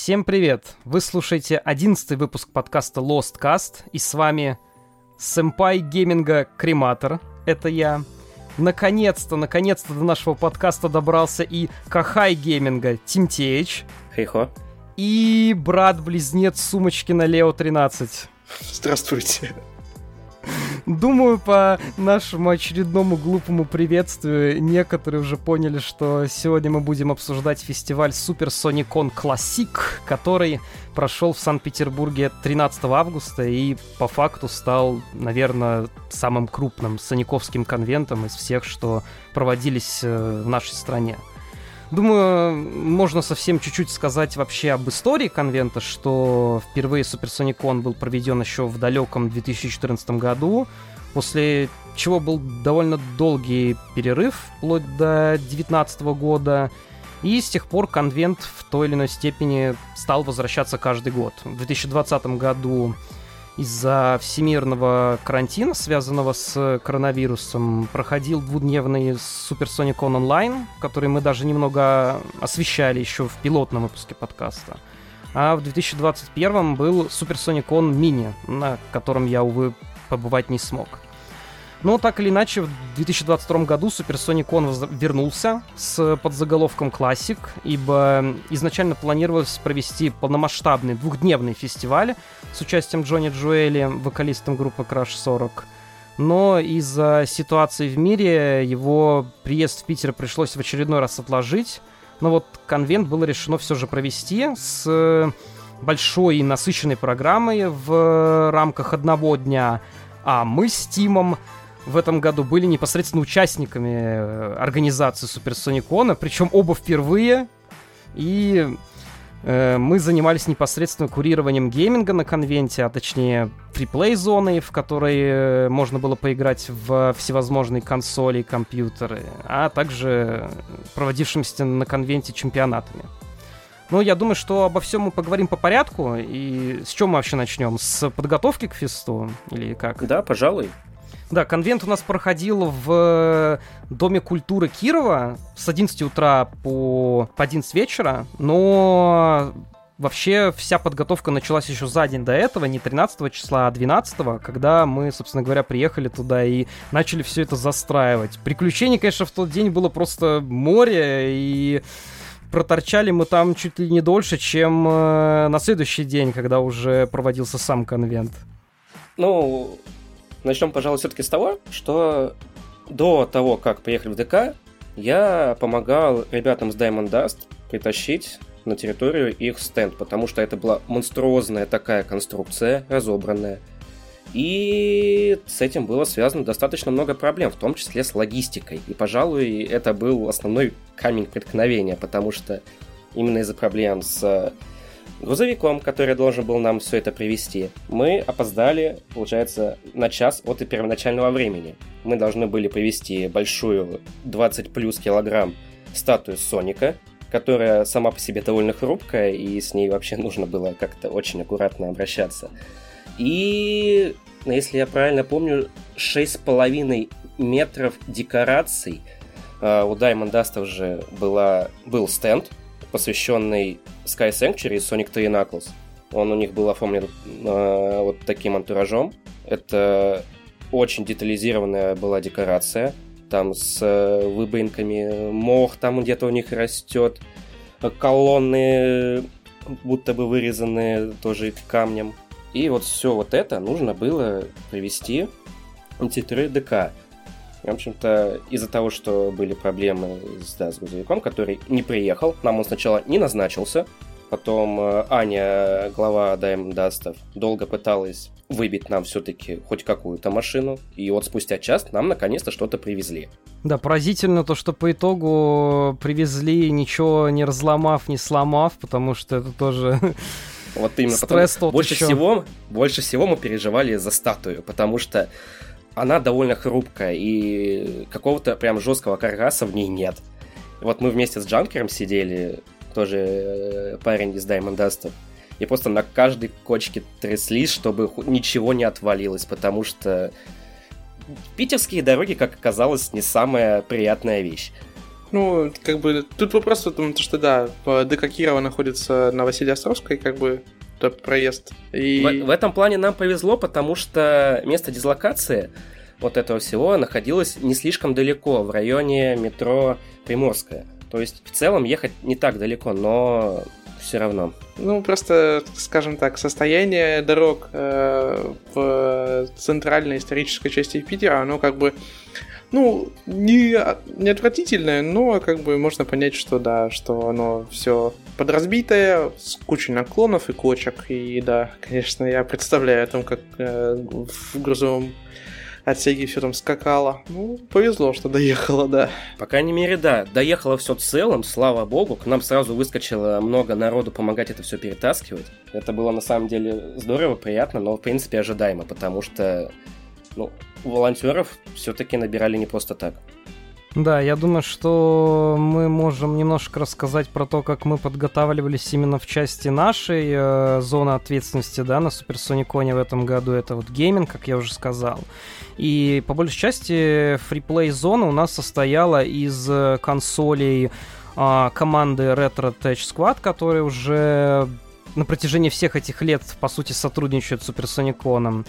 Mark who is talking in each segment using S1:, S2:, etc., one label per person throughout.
S1: Всем привет! Вы слушаете 11-й выпуск подкаста Lost Cast, и с вами сэмпай гейминга Крематор, это я. Наконец-то до нашего подкаста добрался и Кахай гейминга Тим Теич.
S2: Хей-хо.
S1: И брат-близнец Сумочкина Лео 13.
S2: Здравствуйте.
S1: Думаю, по нашему очередному глупому приветствию некоторые уже поняли, что сегодня мы будем обсуждать фестиваль Super Sonicon Classic, который прошел в Санкт-Петербурге 13 августа и по факту стал, наверное, самым крупным сониковским конвентом из всех, что проводились в нашей стране. Думаю, можно совсем чуть-чуть сказать вообще об истории конвента, что впервые Super Sonicon был проведен еще в далеком 2014 году, после чего был довольно долгий перерыв, вплоть до 2019 года, и с тех пор конвент в той или иной степени стал возвращаться каждый год. В 2020 году из-за всемирного карантина, связанного с коронавирусом, проходил двухдневный Super Sonicon Online, который мы даже немного освещали еще в пилотном выпуске подкаста. А в 2021 был Super Sonicon Mini, на котором я, увы, побывать не смог. Но так или иначе, в 2022 году Super Sonicon вернулся с подзаголовком Classic, ибо изначально планировалось провести полномасштабный двухдневный фестиваль с участием Джонни Джоэли, вокалистом группы Crash 40. Но из-за ситуации в мире его приезд в Питер пришлось в очередной раз отложить. Но вот конвент было решено все же провести с большой и насыщенной программой в рамках одного дня. А мы с Тимом в этом году были непосредственно участниками организации Super Sonicon, причем оба впервые, и мы занимались непосредственно курированием гейминга на конвенте, а точнее фриплей-зоной, в которой можно было поиграть в всевозможные консоли и компьютеры, а также проводившимися на конвенте чемпионатами. Ну, я думаю, что обо всем мы поговорим по порядку, и с чего мы вообще начнем? С подготовки к фесту или как?
S2: Да, пожалуй.
S1: Да, конвент у нас проходил в Доме культуры Кирова с 11 утра по 11 вечера, но вообще вся подготовка началась еще за день до этого, не 13 числа, а 12, когда мы, собственно говоря, приехали туда и начали все это застраивать. Приключений, конечно, в тот день было просто море, и проторчали мы там чуть ли не дольше, чем на следующий день, когда уже проводился сам конвент.
S2: Ну, начнем, пожалуй, все-таки с того, что до того, как приехали в ДК, я помогал ребятам с Diamond Dust притащить на территорию их стенд, потому что это была монструозная такая конструкция, разобранная. И с этим было связано достаточно много проблем, в том числе с логистикой. И, пожалуй, это был основной камень преткновения, потому что именно из-за проблем с грузовиком, который должен был нам все это привезти, мы опоздали, получается, на час от первоначального времени. Мы должны были привезти большую 20 плюс килограмм статую Соника, которая сама по себе довольно хрупкая, и с ней вообще нужно было как-то очень аккуратно обращаться. И, если я правильно помню, 6,5 метров декораций. У Diamond Dust уже был стенд, посвященный Sky Sanctuary и Sonic 3 Knuckles. Он у них был оформлен вот таким антуражом. Это очень детализированная была декорация. Там с выбоинками, мох там где-то у них растет. Колонны будто бы вырезанные тоже камнем. И вот все вот это нужно было привезти на территорию ДК. В общем-то, из-за того, что были проблемы с грузовиком, который не приехал, нам он сначала не назначился, потом Аня, глава Diamond Dust, долго пыталась выбить нам все-таки хоть какую-то машину, и вот спустя час нам наконец-то что-то привезли. Да, поразительно то, что по итогу привезли, ничего не разломав, не сломав, потому что это тоже вот именно стресс тот больше всего мы переживали за статую, потому что она довольно хрупкая, и какого-то прям жесткого каркаса в ней нет. Вот мы вместе с Джанкером сидели, тоже парень из Diamond Dust, и просто на каждой кочке тряслись, чтобы ничего не отвалилось, потому что питерские дороги, как оказалось, не самая приятная вещь.
S3: Ну, как бы, тут вопрос в том, что да, ДК Кирова находится на Василия Островской, как бы, это проезд. И...
S2: В этом плане нам повезло, потому что место дислокации вот этого всего находилось не слишком далеко, в районе метро Приморская. То есть, в целом, ехать не так далеко, но все равно.
S3: Ну, просто, скажем так, состояние дорог в центральной исторической части Питера, оно как бы, ну, не отвратительное, но как бы можно понять, что да, что оно все подразбитое, с кучей наклонов и кочек. И да, конечно, я представляю о том, как в грузовом отсеке все там скакало. Ну, повезло, что доехало, да.
S2: По крайней мере, да. Доехало все целым, слава богу. К нам сразу выскочило много народу помогать это все перетаскивать. Это было на самом деле здорово, приятно, но в принципе ожидаемо, потому что волонтеров все-таки набирали не просто так.
S1: Да, я думаю, что мы можем немножко рассказать про то, как мы подготавливались именно в части нашей зоны ответственности, да, на Суперсониконе в этом году. Это вот гейминг, как я уже сказал. И по большей части фриплей-зона у нас состояла из консолей команды Retro Tech Squad, которые уже на протяжении всех этих лет, по сути, сотрудничают с Суперсониконом.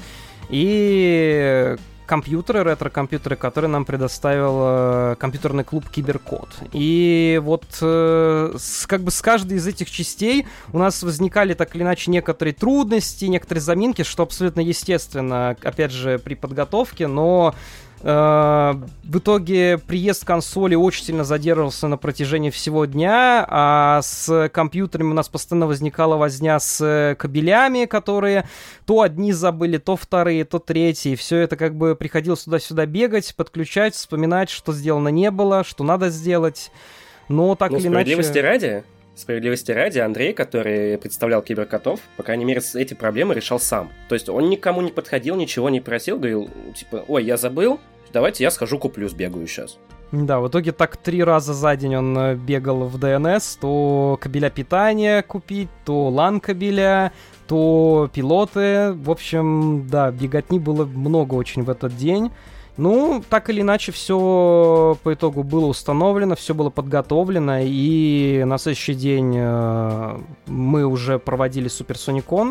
S1: И компьютеры, ретро-компьютеры, которые нам предоставил компьютерный клуб Киберкод. И вот как бы с каждой из этих частей у нас возникали так или иначе некоторые трудности, некоторые заминки, что абсолютно естественно, опять же, при подготовке, но в итоге приезд консоли очень сильно задерживался на протяжении всего дня, а с компьютерами у нас постоянно возникала возня с кабелями, которые то одни забыли, то вторые, то третьи. Все это как бы приходилось туда-сюда бегать, подключать, вспоминать, что сделано не было, что надо сделать. Но так или иначе...
S2: Справедливости ради, Андрей, который представлял Киберкотов, по крайней мере, эти проблемы решал сам. То есть он никому не подходил, ничего не просил, говорил, типа, ой, я забыл, давайте я схожу куплю, сбегаю сейчас.
S1: Да, в итоге так 3 раза за день он бегал в ДНС, то кабеля питания купить, то LAN-кабеля, то пилоты. В общем, да, беготни было много очень в этот день. Ну, так или иначе, все по итогу было установлено, все было подготовлено, и на следующий день мы уже проводили Суперсоникон.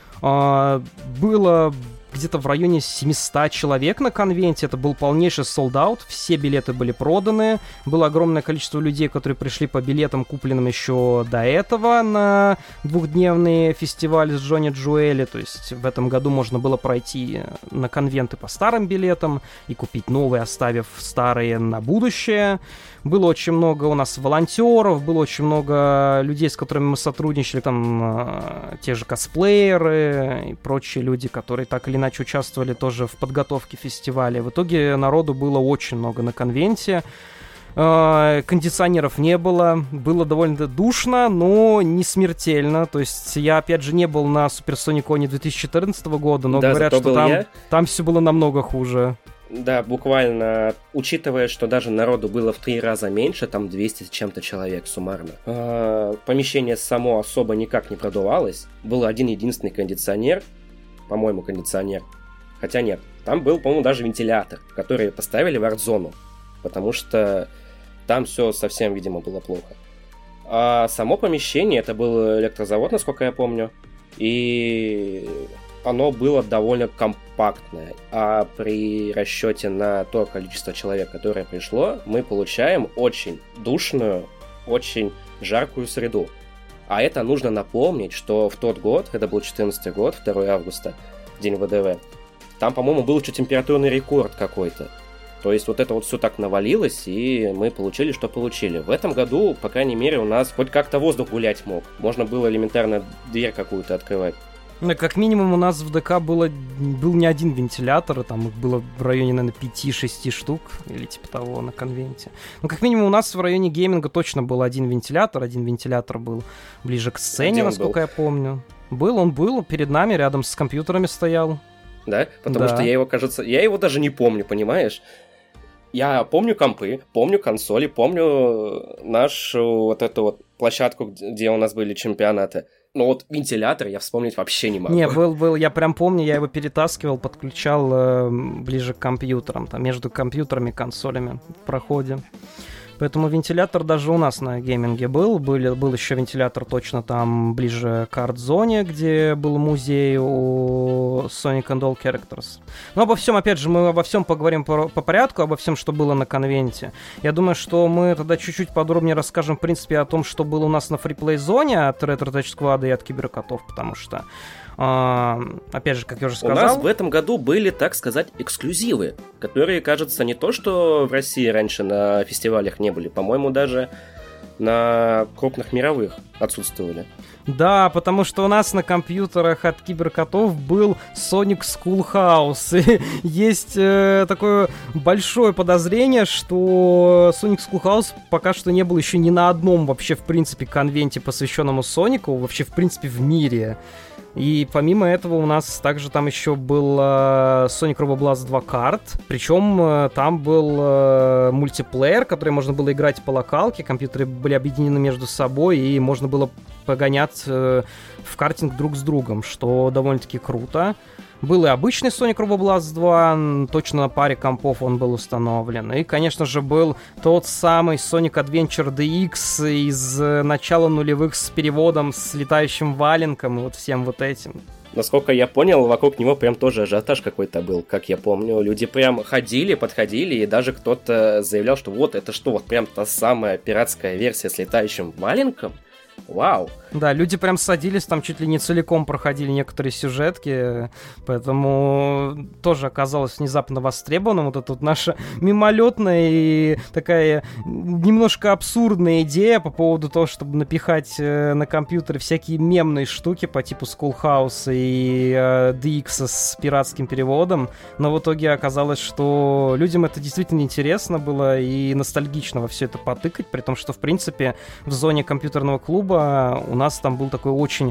S1: Было где-то в районе 700 человек на конвенте, это был полнейший солд-аут, все билеты были проданы, было огромное количество людей, которые пришли по билетам, купленным еще до этого на двухдневный фестиваль с Джонни Джуэли, то есть в этом году можно было пройти на конвенты по старым билетам и купить новые, оставив старые на будущее. Было очень много у нас волонтеров, было очень много людей, с которыми мы сотрудничали, там те же косплееры и прочие люди, которые так или иначе участвовали тоже в подготовке фестиваля. В итоге народу было очень много на конвенте. Кондиционеров не было, было довольно душно, но не смертельно. То есть я, опять же, не был на Суперсониконе 2014 года, но да, говорят, что там все было намного хуже.
S2: Да, буквально, учитывая, что даже народу было в 3 раза меньше, там 200 с чем-то человек суммарно. Помещение само особо никак не продувалось. Был один-единственный кондиционер, по-моему, кондиционер. Хотя нет, там был, по-моему, даже вентилятор, который поставили в арт-зону, потому что там все совсем, видимо, было плохо. А само помещение, это был электрозавод, насколько я помню, и оно было довольно компактное. А при расчете на то количество человек, которое пришло, мы получаем очень душную, очень жаркую среду. А это нужно напомнить, что в тот год, это был 2014 год, 2 августа, день ВДВ, там, по-моему, был еще температурный рекорд какой-то. То есть вот это вот все так навалилось, и мы получили, что получили. В этом году, по крайней мере, у нас хоть как-то воздух гулять мог. Можно было элементарно дверь какую-то открывать.
S1: Ну, как минимум у нас в ДК был не один вентилятор, там их было в районе, наверное, 5-6 штук, или типа того, на конвенте. Ну, как минимум у нас в районе гейминга точно был один вентилятор был ближе к сцене, насколько я помню. Он был, перед нами, рядом с компьютерами стоял.
S2: Да? Потому что я его даже не помню, понимаешь? Я помню компы, помню консоли, помню нашу вот эту вот площадку, где у нас были чемпионаты. Но вот вентилятор я вспомнить вообще не могу.
S1: Не, был, я прям помню, я его перетаскивал, подключал ближе к компьютерам, там, между компьютерами и консолями в проходе. Поэтому вентилятор даже у нас на гейминге был еще вентилятор точно там ближе к арт-зоне, где был музей у Sonic and All Characters. Но обо всем, опять же, мы обо всем поговорим по порядку, обо всем, что было на конвенте. Я думаю, что мы тогда чуть-чуть подробнее расскажем, в принципе, о том, что было у нас на фриплей-зоне от Retro Touch Squad и от Киберкотов, потому что опять же, как я уже сказал...
S2: У нас в этом году были, так сказать, эксклюзивы, которые, кажется, не то, что в России раньше на фестивалях не были, по-моему, даже на крупных мировых отсутствовали.
S1: Да, потому что у нас на компьютерах от Киберкотов был Sonic Schoolhouse. И есть такое большое подозрение, что Sonic Schoolhouse пока что не был еще ни на одном вообще, в принципе, конвенте, посвященному Сонику, вообще, в принципе, в мире. И помимо этого у нас также там еще был Sonic Robo Blast 2 Kart, причем там был мультиплеер, который можно было играть по локалке, компьютеры были объединены между собой, и можно было погонять в картинг друг с другом, что довольно-таки круто. Был и обычный Sonic Robo Blast 2, точно на паре компов он был установлен. И, конечно же, был тот самый Sonic Adventure DX из начала нулевых с переводом, с летающим валенком и вот всем вот этим.
S2: Насколько я понял, вокруг него прям тоже ажиотаж какой-то был, как я помню. Люди прям ходили, подходили, и даже кто-то заявлял, что вот это что, вот прям та самая пиратская версия с летающим валенком? Вау!
S1: Да, люди прям садились, там чуть ли не целиком проходили некоторые сюжетки, поэтому тоже оказалось внезапно востребованным вот эта вот наша мимолетная и такая немножко абсурдная идея по поводу того, чтобы напихать на компьютеры всякие мемные штуки по типу Schoolhouse и DX с пиратским переводом, но в итоге оказалось, что людям это действительно интересно было и ностальгично во все это потыкать, при том, что, в принципе, в зоне компьютерного клуба у нас там был такой очень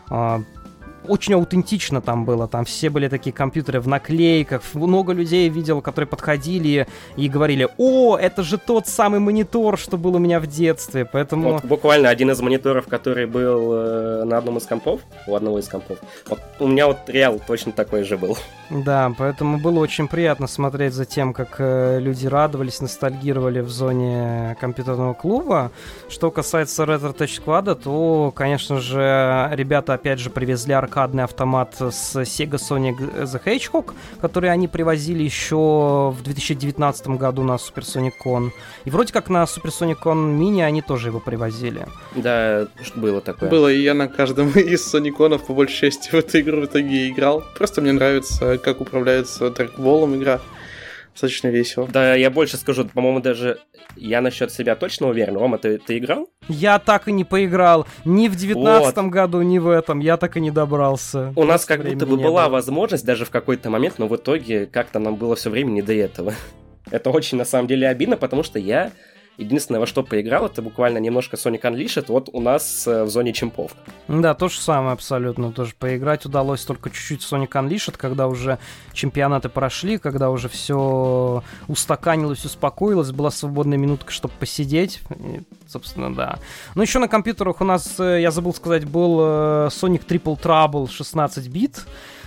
S1: аутентично там было. Там все были такие компьютеры в наклейках. Много людей видел, которые подходили и говорили: «О, это же тот самый монитор, что был у меня в детстве». Поэтому...
S2: Вот буквально один из мониторов, который был на одном из компов, у одного из компов. Вот у меня вот реал точно такой же был.
S1: Да, поэтому было очень приятно смотреть за тем, как люди радовались, ностальгировали в зоне компьютерного клуба. Что касается Retro Touch Squad, то, конечно же, ребята опять же привезли аркадный автомат с Sega Sonic the Hedgehog, который они привозили еще в 2019 году на Super Sonic Con. И вроде как на Super Sonic Con Mini они тоже его привозили.
S2: Да, было такое.
S3: Было, и я на каждом из Сониконов по большей части в эту игру в итоге играл. Просто мне нравится, как управляется трекболом игра. Достаточно весело.
S2: Да, я больше скажу, по-моему, даже я насчет себя точно уверен. Рома, ты играл?
S1: Я так и не поиграл. Ни в 19 году, ни в этом. Я так и не добрался.
S2: У нас как будто бы была возможность даже в какой-то момент, но в итоге как-то нам было все время не до этого. Это очень, на самом деле, обидно, потому что я единственное, во что поиграл, это буквально немножко Sonic Unleashed, вот у нас в зоне чемпов.
S1: Да, то же самое абсолютно. Тоже поиграть удалось только чуть-чуть в Sonic Unleashed, когда уже чемпионаты прошли, когда уже все устаканилось, успокоилось, была свободная минутка, чтобы посидеть. И, собственно, да. Но еще на компьютерах у нас, я забыл сказать, был Sonic Triple Trouble 16 бит,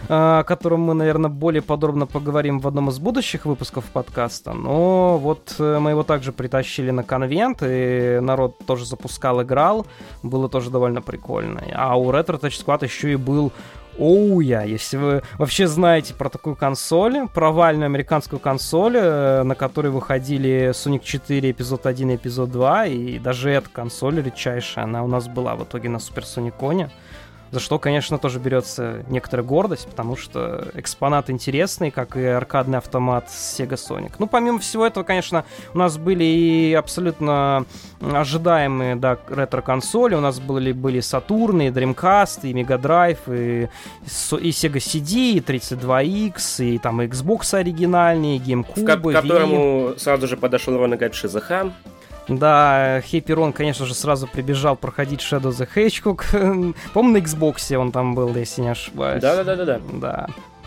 S1: о котором мы, наверное, более подробно поговорим в одном из будущих выпусков подкаста. Но вот мы его также притащили на конвент, и народ тоже запускал, играл. Было тоже довольно прикольно. А у Retro Touch Squad еще и был Оуя. Если вы вообще знаете про такую консоль, провальную американскую консоль, на которой выходили Sonic 4, эпизод 1 и эпизод 2, и даже эта консоль редчайшая, она у нас была в итоге на Super Sonicon. За что, конечно, тоже берется некоторая гордость, потому что экспонат интересный, как и аркадный автомат с Sega Sonic. Ну, помимо всего этого, конечно, у нас были и абсолютно ожидаемые, да, ретро-консоли. У нас были Saturn, и Dreamcast, и Mega Drive, и Sega CD, и 32X, и там и Xbox оригинальный, и GameCube,
S2: к которому сразу же подошел Рон и говорит: Шизаха.
S1: Да, Хейперон, конечно же, сразу прибежал проходить Shadow the Hedgehog. По-моему, на Xbox он там был, если не ошибаюсь. Да.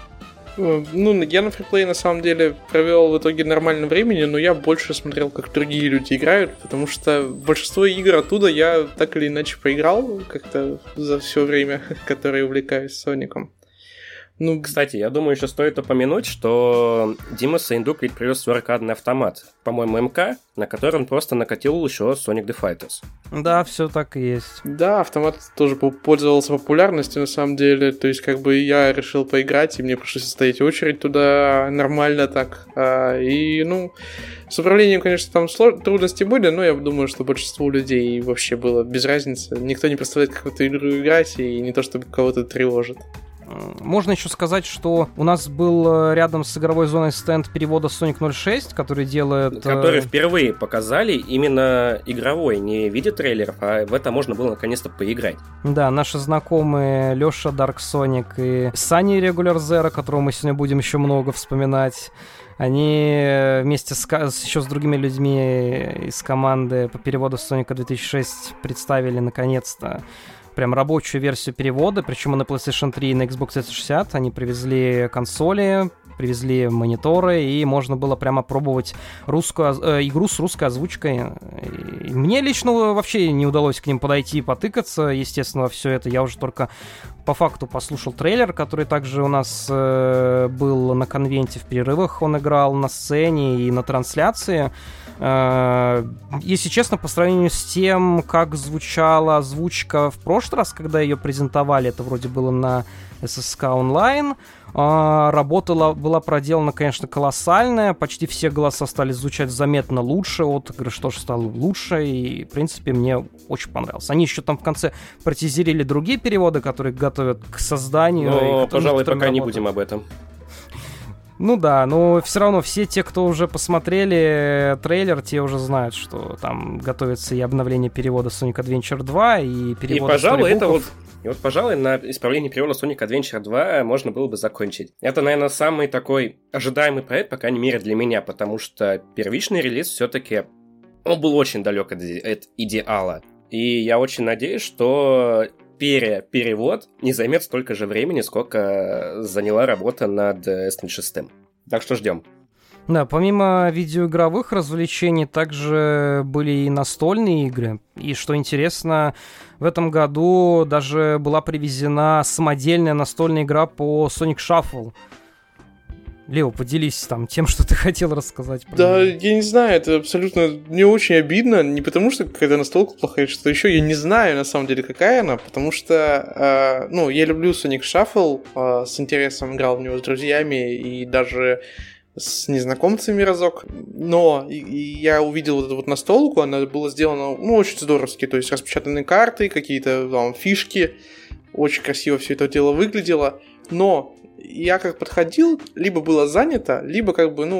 S3: Ну, я на фриплей, на самом деле, провел в итоге нормально времени, но я больше смотрел, как другие люди играют, потому что большинство игр оттуда я так или иначе поиграл как-то за все время, которое увлекаюсь Соником. Ну,
S2: кстати, я думаю, еще стоит упомянуть, что Дима Саиндук ведь привез свой аркадный автомат, по-моему, МК, на который он просто накатил еще Sonic the Fighters.
S1: Да, все так и есть.
S3: Да, автомат тоже пользовался популярностью, на самом деле. То есть, как бы я решил поиграть, и мне пришлось стоять очередь туда нормально так. И, ну, с управлением, конечно, там трудности были, но я думаю, что большинству людей вообще было без разницы. Никто не представляет, как в эту игру играть, и не то, чтобы кого-то тревожит.
S1: Можно еще сказать, что у нас был рядом с игровой зоной стенд перевода Sonic 06, который делает...
S2: Который впервые показали именно игровой, не в виде трейлеров, а в это можно было наконец-то поиграть.
S1: Да, наши знакомые Леша Dark Sonic и Sunny Regular Zero, которого мы сегодня будем еще много вспоминать, они вместе еще с другими людьми из команды по переводу Sonic 2006 представили наконец-то прям рабочую версию перевода, причем на PlayStation 3 и на Xbox 360. Они привезли консоли, привезли мониторы, и можно было прямо пробовать игру с русской озвучкой. И мне лично вообще не удалось к ним подойти и потыкаться, естественно, во все это. Я уже только по факту послушал трейлер, который также у нас был на конвенте в перерывах. Он играл на сцене и на трансляции. Если честно, по сравнению с тем, как звучала озвучка в прошлый раз, когда ее презентовали, это вроде было на SSK Online, работа была проделана, конечно, колоссальная, почти все голоса стали звучать заметно лучше, отыгрыш тоже стал лучше, и, в принципе, мне очень понравилось. Они еще там в конце протизерили другие переводы, которые готовят к созданию.
S2: Но, пожалуй, пока не будем об этом.
S1: Ну да, но все равно все те, кто уже посмотрели трейлер, те уже знают, что там готовится и обновление перевода Sonic Adventure 2, и перевод
S2: И вот, пожалуй, на исправлении перевода Sonic Adventure 2 можно было бы закончить. Это, наверное, самый такой ожидаемый проект, по крайней мере, для меня, потому что первичный релиз все-таки он был очень далек от идеала. И я очень надеюсь, что перевод не займет столько же времени, сколько заняла работа над S6. Так что ждем.
S1: Да, помимо видеоигровых развлечений, также были и настольные игры. И что интересно, в этом году даже была привезена самодельная настольная игра по Sonic Shuffle. Лео, поделись там тем, что ты хотел рассказать.
S3: Да, я не знаю, это абсолютно мне очень обидно, не потому что какая-то настолка плохая, что еще я не знаю на самом деле, какая она, потому что, я люблю Sonic Shuffle, с интересом играл в него с друзьями и даже с незнакомцами разок, но я увидел вот эту вот настолку, она была сделана, очень здоровски, то есть распечатанные карты, какие-то там фишки, очень красиво все это дело выглядело, но я как подходил, либо было занято, либо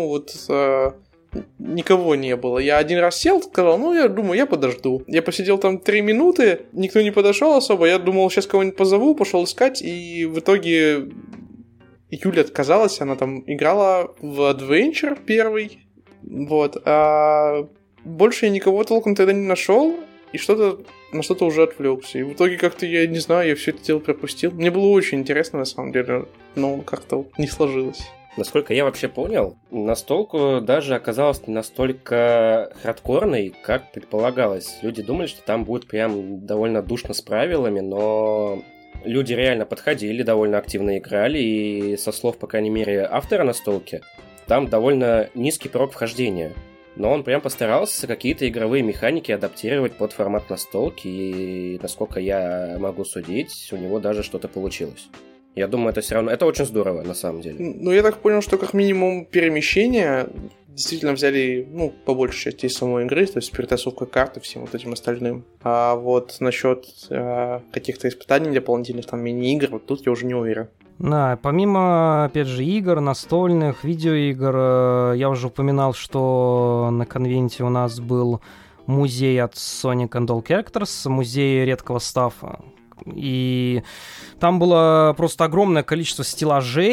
S3: никого не было. Я один раз сел, сказал, я думаю, я подожду. Я посидел там 3 минуты, никто не подошел особо, я думал, сейчас кого-нибудь позову, пошел искать, и в итоге Юля отказалась, она там играла в Adventure первый, а больше я никого толком тогда не нашел, и на что-то уже отвлекся. И в итоге как-то, я не знаю, я все это дело пропустил. Мне было очень интересно, на самом деле, но как-то не сложилось.
S2: Насколько я вообще понял, настолку даже оказалась не настолько хардкорной, как предполагалось. Люди думали, что там будет прям довольно душно с правилами, но люди реально подходили, довольно активно играли, и со слов, по крайней мере, автора настолки, там довольно низкий порог вхождения. Но он прям постарался какие-то игровые механики адаптировать под формат настолки, и, насколько я могу судить, у него даже что-то получилось. Я думаю, это все равно... Это очень здорово, на самом деле.
S3: Я так понял, что как минимум перемещение действительно взяли, по большей части из самой игры, то есть перетасовка карт и всем вот этим остальным. А вот насчет каких-то испытаний дополнительных, там, мини-игр, вот тут я уже не уверен.
S1: Да, помимо, опять же, игр, настольных, видеоигр, я уже упоминал, что на конвенте у нас был музей от Sonic and All Characters, музей редкого стаффа. И там было просто огромное количество стеллажей,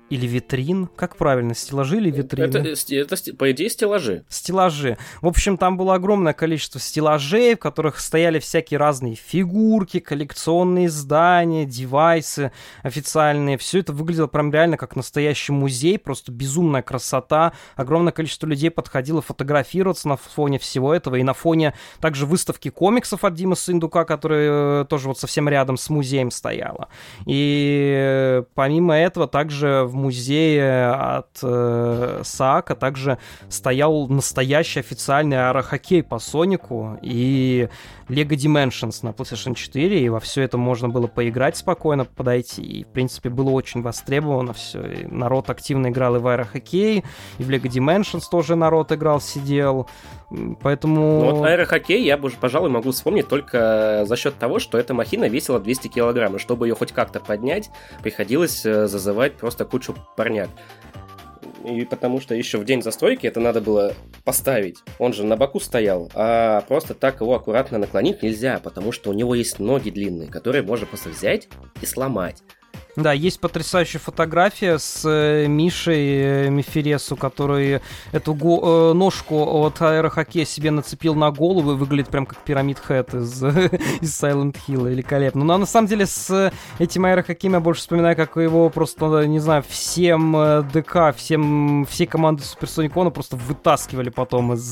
S1: или витрин. Как правильно, стеллажи или витрины?
S2: Это, по идее, стеллажи.
S1: Стеллажи. В общем, там было огромное количество стеллажей, в которых стояли всякие разные фигурки, коллекционные издания, девайсы официальные. Все это выглядело прям реально как настоящий музей, просто безумная красота. Огромное количество людей подходило фотографироваться на фоне всего этого, и на фоне также выставки комиксов от Димы Сындука, которая тоже вот совсем рядом с музеем стояла. И помимо этого также в музее от Саака также стоял настоящий официальный аэрохоккей по Сонику и Lego Dimensions на PlayStation 4, и во все это можно было поиграть спокойно, подойти, и, в принципе, было очень востребовано все, и народ активно играл и в аэрохоккей, и в Lego Dimensions тоже народ играл, сидел, поэтому...
S2: Ну вот аэрохоккей я, пожалуй, могу вспомнить только за счет того, что эта махина весила 200 килограмм, и чтобы ее хоть как-то поднять, приходилось зазывать просто кучу парняк. И потому что еще в день застройки это надо было поставить. Он же на боку стоял, а просто так его аккуратно наклонить нельзя, потому что у него есть ноги длинные, которые можно просто взять и сломать.
S1: Да, есть потрясающая фотография с Мишей Мефересу, который эту ножку от аэрохоккея себе нацепил на голову и выглядит прям как Pyramid Head из Silent Hill. Великолепно. Но на самом деле с этим аэрохоккеем я больше вспоминаю, как его просто, не знаю, всем ДК, всей команды Суперсоникона просто вытаскивали потом из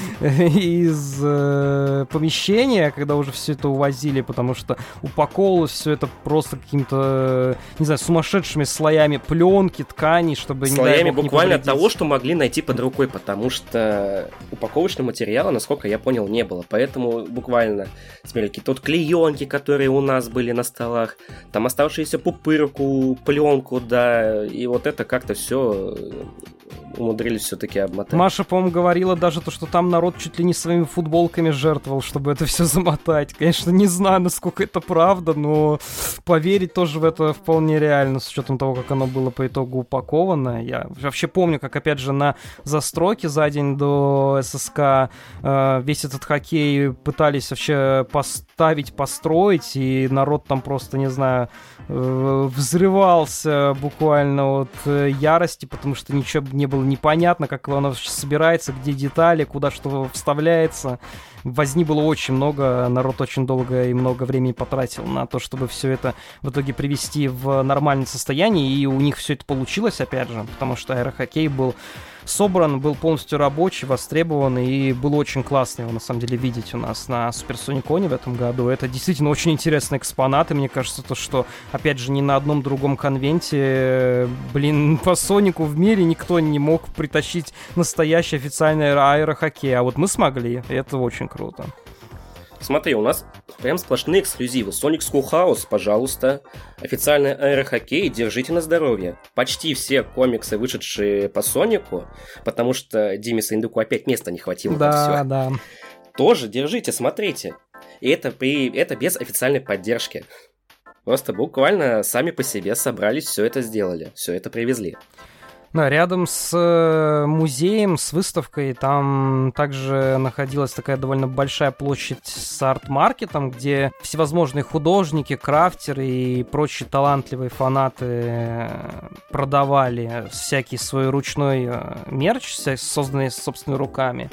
S1: помещения, когда уже все это увозили, потому что упаковывалось все это просто каким-то, не знаю, сумасшедшими слоями пленки, тканей, чтобы...
S2: Слоями буквально от того, что могли найти под рукой, потому что упаковочного материала, насколько я понял, не было. Поэтому буквально смотрели какие-то вот клеенки, которые у нас были на столах, там оставшуюся пупырку, пленку, да, и вот это как-то все умудрились все-таки обмотать.
S1: Маша, по-моему, говорила даже то, что там народ чуть ли не своими футболками жертвовал, чтобы это все замотать. Конечно, не знаю, насколько это правда, но поверить тоже в это вполне реально, с учетом того, как оно было по итогу упаковано. Я вообще помню, как, опять же, на застройке за день до ССК весь этот хоккей пытались вообще поставить, построить, и народ там просто, не знаю, взрывался буквально от ярости, потому что ничего не было непонятно, как оно собирается, где детали, куда что вставляется. Возни было очень много, народ очень долго и много времени потратил на то, чтобы все это в итоге привести в нормальное состояние, и у них все это получилось, опять же, потому что аэрохоккей был собран, был полностью рабочий, востребован, и было очень классно его, на самом деле, видеть у нас на Суперсониконе в этом году. Это действительно очень интересный экспонат, и мне кажется, то, что, опять же, ни на одном другом конвенте, по Сонику в мире никто не мог притащить настоящий официальный аэрохоккей, а вот мы смогли, и это очень круто.
S2: Смотри, у нас прям сплошные эксклюзивы. Sonic Schoolhouse, пожалуйста. Официальный аэрохоккей, держите на здоровье. Почти все комиксы, вышедшие по Сонику, потому что Диме Сындуку опять места не хватило.
S1: Да, да.
S2: Тоже держите, смотрите. И это без официальной поддержки. Просто буквально сами по себе собрались, все это сделали, все это привезли.
S1: Да, рядом с музеем, с выставкой, там также находилась такая довольно большая площадь с арт-маркетом, где всевозможные художники, крафтеры и прочие талантливые фанаты продавали всякий свой ручной мерч, созданный собственными руками.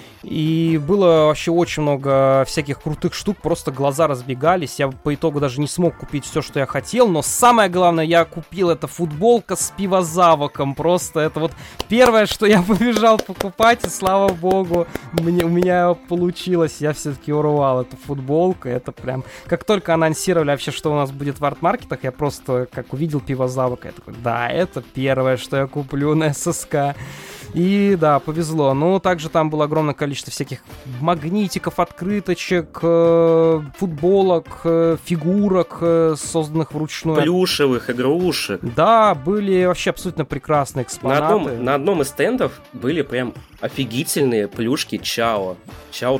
S1: И было вообще очень много всяких крутых штук, просто глаза разбегались. Я по итогу даже не смог купить все, что я хотел, но самое главное, я купил это футболка с пивозавоком. Просто это вот первое, что я побежал покупать, и слава богу, у меня получилось. Я все-таки урвал эту футболку. Это прям, как только анонсировали вообще, что у нас будет в арт-маркетах, я просто как увидел пивозавок, я такой, да, это первое, что я куплю на ССК. И да, повезло. Ну, также там было огромное количество всяких магнитиков, открыточек, футболок, фигурок, созданных вручную.
S2: Плюшевых игрушек.
S1: Да, были вообще абсолютно прекрасные экспонаты.
S2: На одном из стендов были прям офигительные плюшки Чао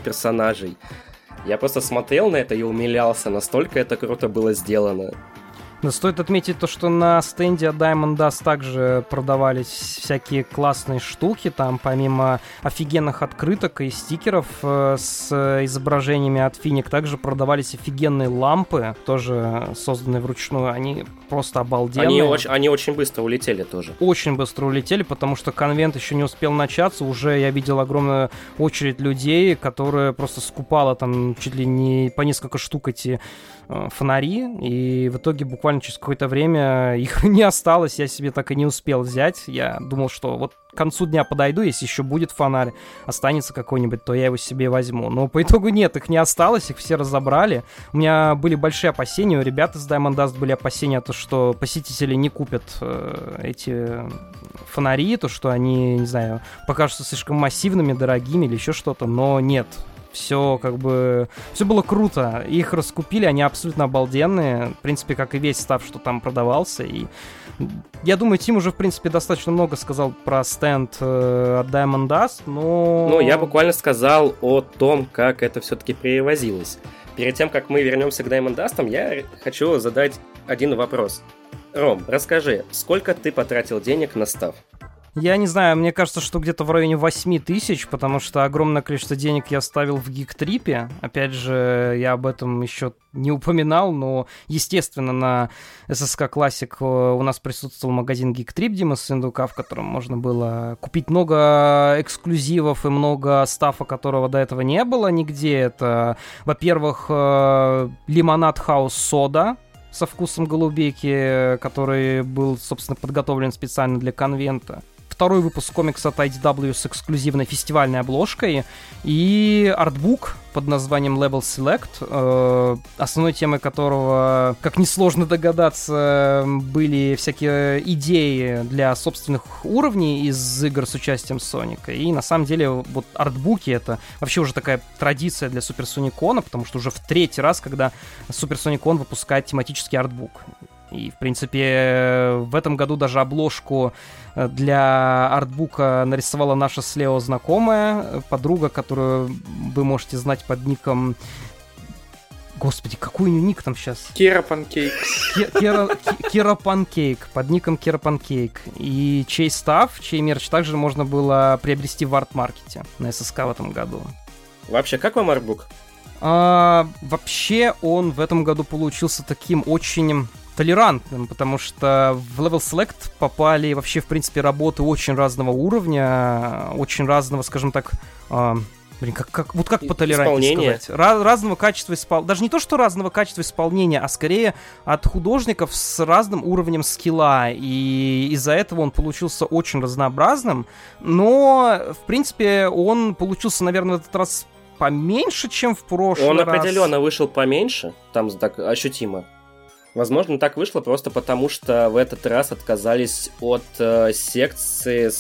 S2: персонажей. Я просто смотрел на это и умилялся, настолько это круто было сделано.
S1: Да, стоит отметить то, что на стенде от Diamond Dust также продавались всякие классные штуки. Там помимо офигенных открыток и стикеров с изображениями от Финик, также продавались офигенные лампы, тоже созданные вручную. Они просто обалденные.
S2: Они очень быстро улетели тоже.
S1: Очень быстро улетели, потому что конвент еще не успел начаться. Уже я видел огромную очередь людей, которые просто скупала там чуть ли не по несколько штук эти фонари, и в итоге буквально через какое-то время их не осталось, я себе так и не успел взять. Я думал, что вот к концу дня подойду, если еще будет фонарь, останется какой-нибудь, то я его себе возьму. Но по итогу нет, их не осталось, их все разобрали. У меня были большие опасения, у ребят из Diamond Dust были опасения, то, что посетители не купят эти фонари, то, что они, не знаю, покажутся слишком массивными, дорогими или еще что-то, но нет. Все было круто. Их раскупили, они абсолютно обалденные. В принципе, как и весь став, что там продавался. И я думаю, Тим уже, в принципе, достаточно много сказал про стенд от Diamond Dust, но...
S2: Ну, я буквально сказал о том, как это все-таки перевозилось. Перед тем, как мы вернемся к Diamond Dust'ам, я хочу задать один вопрос. Ром, расскажи, сколько ты потратил денег на став?
S1: Я не знаю, мне кажется, что где-то в районе 8 тысяч, потому что огромное количество денег я ставил в Geektrip. Опять же, я об этом еще не упоминал, но, естественно, на SSK Classic у нас присутствовал магазин Geektrip Дима Сындука, в котором можно было купить много эксклюзивов и много стафа, которого до этого не было нигде. Это, во-первых, Лимонад Хаус Сода со вкусом голубики, который был, собственно, подготовлен специально для конвента. Второй выпуск комикса от IDW с эксклюзивной фестивальной обложкой и артбук под названием Level Select, основной темой которого, как несложно догадаться, были всякие идеи для собственных уровней из игр с участием Соника. И на самом деле вот артбуки — это вообще уже такая традиция для Супер Соникона, потому что уже в третий раз, когда Супер Соникон выпускает тематический артбук. И, в принципе, в этом году даже обложку для артбука нарисовала наша с Лео знакомая, подруга, которую вы можете знать под ником... Господи, какой у нее ник там сейчас?
S3: Кира Панкейк.
S1: Кира Панкейк, под ником Кира Панкейк. И чей став, чей мерч также можно было приобрести в арт-маркете на ССК в этом году.
S2: Вообще, как вам артбук?
S1: Вообще, он в этом году получился таким очень... толерантным, потому что в Level Select попали вообще, в принципе, работы очень разного уровня, очень разного, скажем так, как потолерантнее сказать? Разного качества исполнения. Даже не то, что разного качества исполнения, а скорее от художников с разным уровнем скилла. И из-за этого он получился очень разнообразным. Но, в принципе, он получился, наверное, в этот раз поменьше, чем в прошлый раз.
S2: Он определенно вышел поменьше, там так ощутимо. Возможно, так вышло просто потому, что в этот раз отказались от секции,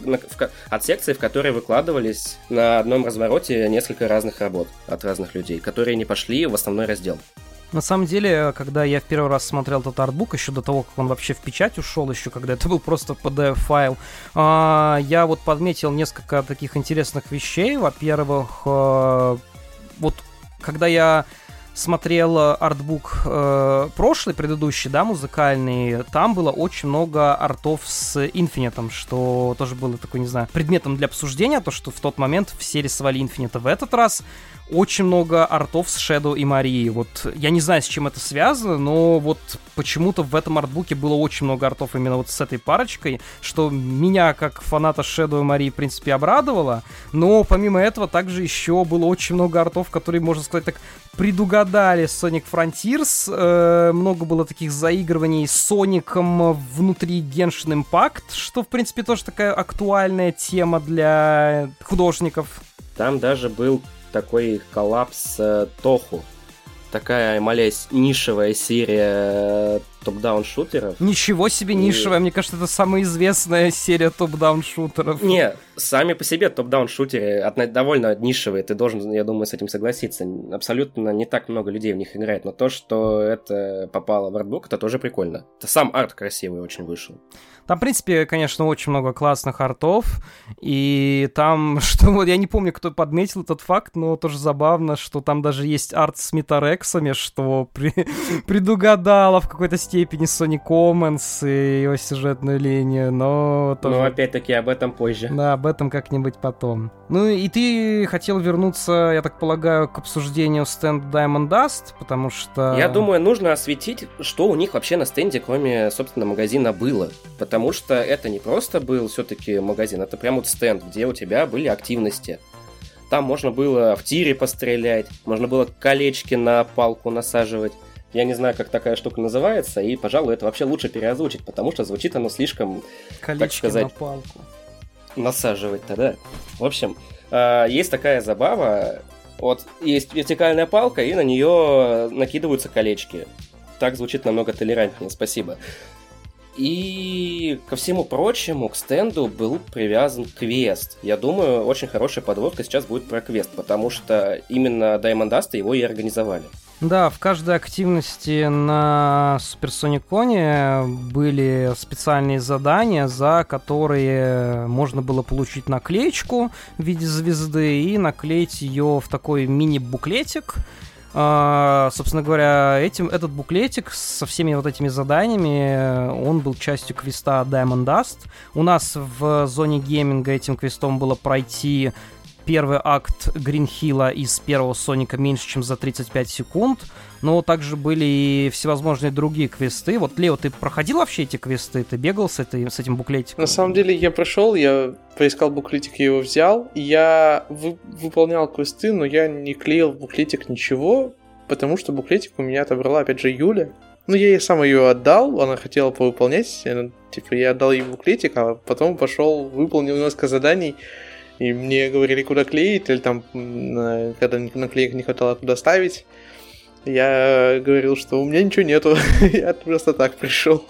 S2: в которой выкладывались на одном развороте несколько разных работ от разных людей, которые не пошли в основной раздел.
S1: На самом деле, когда я в первый раз смотрел этот артбук, еще до того, как он вообще в печать ушел, еще когда это был просто PDF-файл, я вот подметил несколько таких интересных вещей. Во-первых, вот когда я смотрел артбук прошлый, предыдущий, да, музыкальный, там было очень много артов с Инфинитом, что тоже было такой, не знаю, предметом для обсуждения, то, что в тот момент все рисовали Инфинита. В этот раз очень много артов с Shadow и Марии. Вот я не знаю, с чем это связано, но вот почему-то в этом артбуке было очень много артов именно вот с этой парочкой, что меня, как фаната Shadow и Марии, в принципе, обрадовало. Но помимо этого также еще было очень много артов, которые, можно сказать так, предугадали Sonic Frontiers. Много было таких заигрываний с Соником внутри Genshin Impact, что, в принципе, тоже такая актуальная тема для художников.
S2: Там даже был такой коллапс Тоху. Такая, молясь, нишевая серия топ-даун шутеров.
S1: Ничего себе нишевая, мне кажется, это самая известная серия топ-даун шутеров.
S2: Не, сами по себе топ-даун шутеры довольно нишевые, ты должен, я думаю, с этим согласиться. Абсолютно не так много людей в них играет, но то, что это попало в артбук, это тоже прикольно. Это сам арт красивый очень вышел.
S1: Там, в принципе, конечно, очень много классных артов, и там, что вот, я не помню, кто подметил этот факт, но тоже забавно, что там даже есть арт с метарексами, что предугадало в какой-то степени степени Sony Commons и его сюжетную линию, но тоже...
S2: Но опять-таки об этом позже.
S1: Да, об этом как-нибудь потом. Ну и ты хотел вернуться, я так полагаю, к обсуждению стенда Diamond Dust, потому что...
S2: Я думаю, нужно осветить, что у них вообще на стенде, кроме, собственно, магазина было. Потому что это не просто был все-таки магазин, это прям вот стенд, где у тебя были активности. Там можно было в тире пострелять, можно было колечки на палку насаживать. Я не знаю, как такая штука называется, и, пожалуй, это вообще лучше переозвучить, потому что звучит оно слишком,
S1: колечки,
S2: так сказать,
S1: на палку.
S2: Насаживать-то, да. В общем, есть такая забава. Вот есть вертикальная палка, и на нее накидываются колечки. Так звучит намного толерантнее, спасибо. И ко всему прочему, к стенду был привязан квест. Я думаю, очень хорошая подводка сейчас будет про квест, потому что именно Diamond Dust его и организовали.
S1: Да, в каждой активности на Суперсониконе были специальные задания, за которые можно было получить наклеечку в виде звезды и наклеить ее в такой мини-буклетик. Собственно говоря, этот буклетик со всеми вот этими заданиями, он был частью квеста Diamond Dust. У нас в зоне гейминга этим квестом было пройти первый акт Гринхилла из первого Соника меньше, чем за 35 секунд. Но также были и всевозможные другие квесты. Вот, Лео, ты проходил вообще эти квесты? Ты бегал с этим буклетиком?
S3: На самом деле я прошел, я поискал буклетик, я его взял. И я выполнял квесты, но я не клеил в буклетик ничего, потому что буклетик у меня отобрала, опять же, Юля. Ну, я ей сам ее отдал, она хотела повыполнять. Я отдал ей буклетик, а потом пошел, выполнил несколько заданий. И мне говорили, куда клеить, или там, когда наклеек не хватало, куда ставить. Я говорил, что у меня ничего нету, я просто так пришел.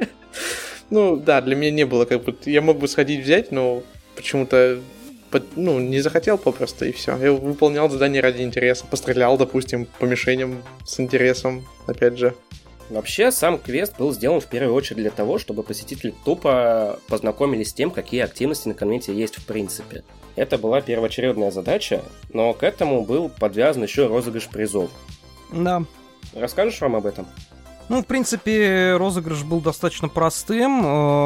S3: Ну, да, для меня не было как бы... Я мог бы сходить взять, но почему-то не захотел попросту, и все. Я выполнял задание ради интереса, пострелял, допустим, по мишеням с интересом, опять же.
S2: Вообще, сам квест был сделан в первую очередь для того, чтобы посетители тупо познакомились с тем, какие активности на конвенте есть в принципе. Это была первоочередная задача, но к этому был подвязан еще розыгрыш призов.
S1: Да.
S2: Расскажешь вам об этом?
S1: Ну, в принципе, розыгрыш был достаточно простым.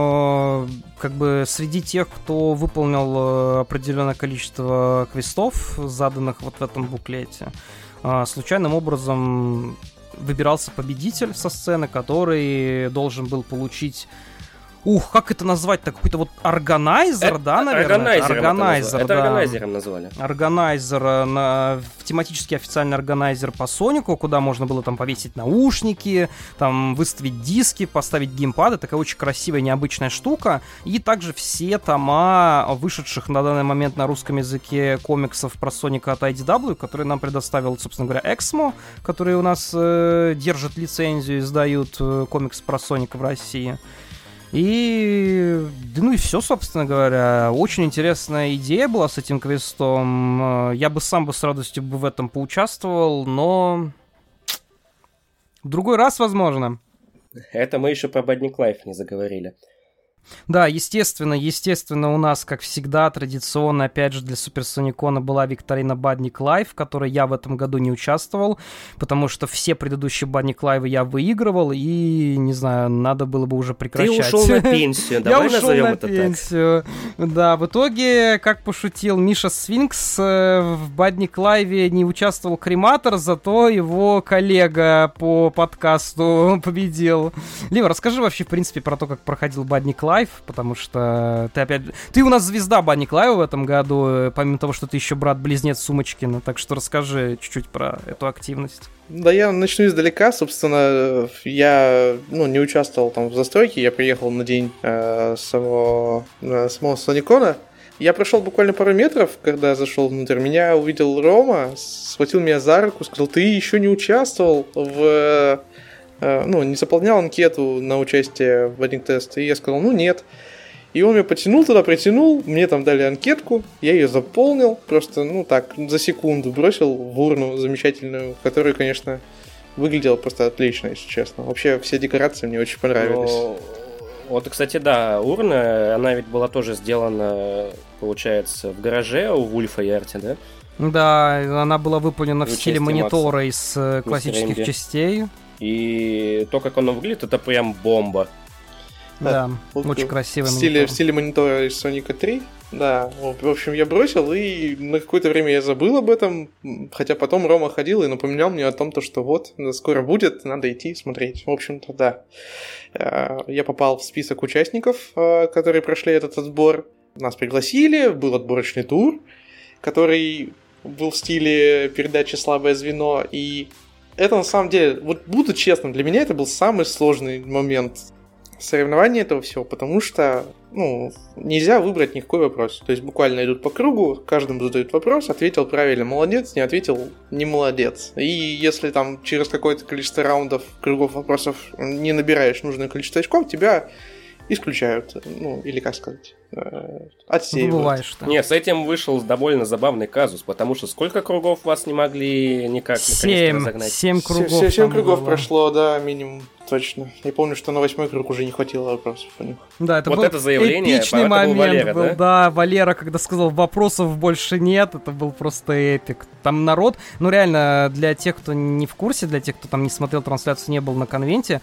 S1: Как бы среди тех, кто выполнил определенное количество квестов, заданных вот в этом буклете, случайным образом выбирался победитель со сцены, который должен был получить... как это назвать-то? Какой-то вот органайзер, да, наверное?
S2: Органайзер, это органайзером назвали.
S1: Органайзер, тематический официальный органайзер по Сонику, куда можно было там повесить наушники, там выставить диски, поставить геймпады. Такая очень красивая, необычная штука. И также все тома вышедших на данный момент на русском языке комиксов про Соника от IDW, которые нам предоставил, собственно говоря, Эксмо, которые у нас держат лицензию, издают комиксы про Соника в России. И все, собственно говоря. Очень интересная идея была с этим квестом. Я бы сам с радостью в этом поучаствовал, но в другой раз, возможно.
S2: Это мы еще про Badnik Life не заговорили.
S1: Да, естественно, у нас, как всегда, традиционно, опять же, для Суперсоникона была викторина Badnik Life, в которой я в этом году не участвовал, потому что все предыдущие Badnik Live я выигрывал, и, не знаю, надо было бы уже прекращать.
S2: Ты ушел на пенсию, давай назовем это так. Я ушел на пенсию,
S1: да, в итоге, как пошутил Миша Сфинкс, в Badnik Live не участвовал Крематор, зато его коллега по подкасту победил. Лева, расскажи вообще, в принципе, про то, как проходил Badnik Live, потому что ты у нас звезда Badnik Live в этом году, помимо того, что ты еще брат-близнец Сумочкина, так что расскажи чуть-чуть про эту активность.
S3: Да, я начну издалека, собственно, я не участвовал там в застройке, я приехал на день самого Соникона. Я прошел буквально пару метров, когда зашел внутрь, меня увидел Рома, схватил меня за руку, сказал, ты еще не участвовал не заполнял анкету на участие в Badnik Test, и я сказал, нет. И он меня потянул туда, притянул, мне там дали анкетку, я ее заполнил, просто, за секунду бросил в урну замечательную, которая, конечно, выглядела просто отлично, если честно. Вообще, все декорации мне очень понравились.
S2: Вот, кстати, да, урна, она ведь была тоже сделана, получается, в гараже у Вульфа и Арти, да?
S1: Да, она была выполнена в стиле монитора из классических частей.
S2: И то, как оно выглядит, это прям бомба.
S1: Да, очень красивый
S3: монитор. В стиле монитора из Соника 3. Да, в общем, я бросил, и на какое-то время я забыл об этом, хотя потом Рома ходил и напоминал мне о том, что вот, скоро будет, надо идти смотреть. В общем-то, да. Я попал в список участников, которые прошли этот отбор. Нас пригласили, был отборочный тур, который был в стиле передачи «Слабое звено», и это на самом деле, вот буду честным, для меня это был самый сложный момент соревнования этого всего, потому что, нельзя выбрать никакой вопрос. То есть буквально идут по кругу, каждому задают вопрос, ответил правильно, молодец, не ответил, не молодец. И если там через какое-то количество раундов, кругов вопросов не набираешь нужное количество очков, тебя исключают, или как сказать, отсеивают.
S1: Бывает, что.
S2: Не, с этим вышел довольно забавный казус, потому что сколько кругов вас не могли никак наконец-то разогнать?
S1: 7 кругов.
S3: 7 кругов прошло, да, минимум. Точно. Я помню, что на 8-й круг уже не хватило вопросов у них.
S1: Да, это
S2: вот
S1: был
S2: это заявление,
S1: эпичный
S2: это
S1: момент
S2: был Валера,
S1: был, да? Валера, когда сказал, вопросов больше нет, это был просто эпик. Там народ, реально, для тех, кто не в курсе, для тех, кто там не смотрел трансляцию, не был на конвенте.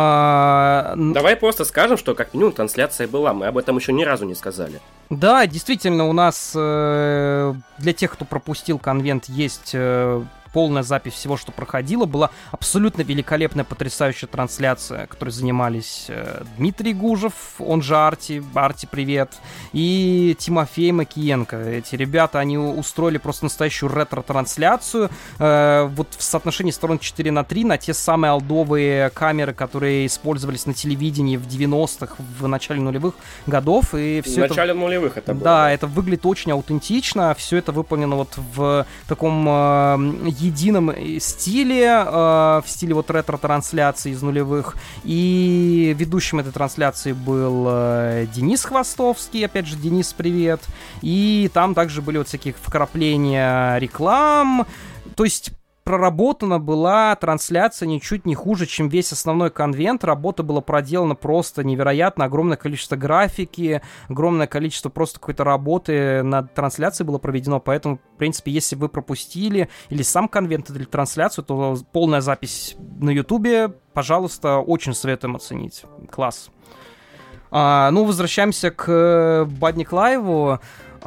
S2: Давай просто скажем, что как минимум трансляция была, мы об этом еще ни разу не сказали.
S1: Да, действительно, у нас для тех, кто пропустил конвент, есть полная запись всего, что проходило. Была абсолютно великолепная, потрясающая трансляция, которой занимались Дмитрий Гужев, он же Арти, привет, и Тимофей Макиенко. Эти ребята, они устроили просто настоящую ретро-трансляцию вот в соотношении сторон 4:3 на те самые олдовые камеры, которые использовались на телевидении в 90-х, в начале нулевых годов. И все
S2: в начале нулевых это было.
S1: Да, это выглядит очень аутентично, все это выполнено вот в таком едином стиле, в стиле вот ретро-трансляции из нулевых. И ведущим этой трансляции был Денис Хвостовский, опять же, Денис, привет. И там также были вот всякие вкрапления реклам. То есть проработана была трансляция ничуть не хуже, чем весь основной конвент. Работа была проделана просто невероятно. Огромное количество графики, огромное количество просто какой-то работы над трансляцией было проведено. Поэтому, в принципе, если вы пропустили или сам конвент, или трансляцию, то полная запись на Ютубе, пожалуйста, очень советуем оценить. Класс. Возвращаемся к Бадник Лайву.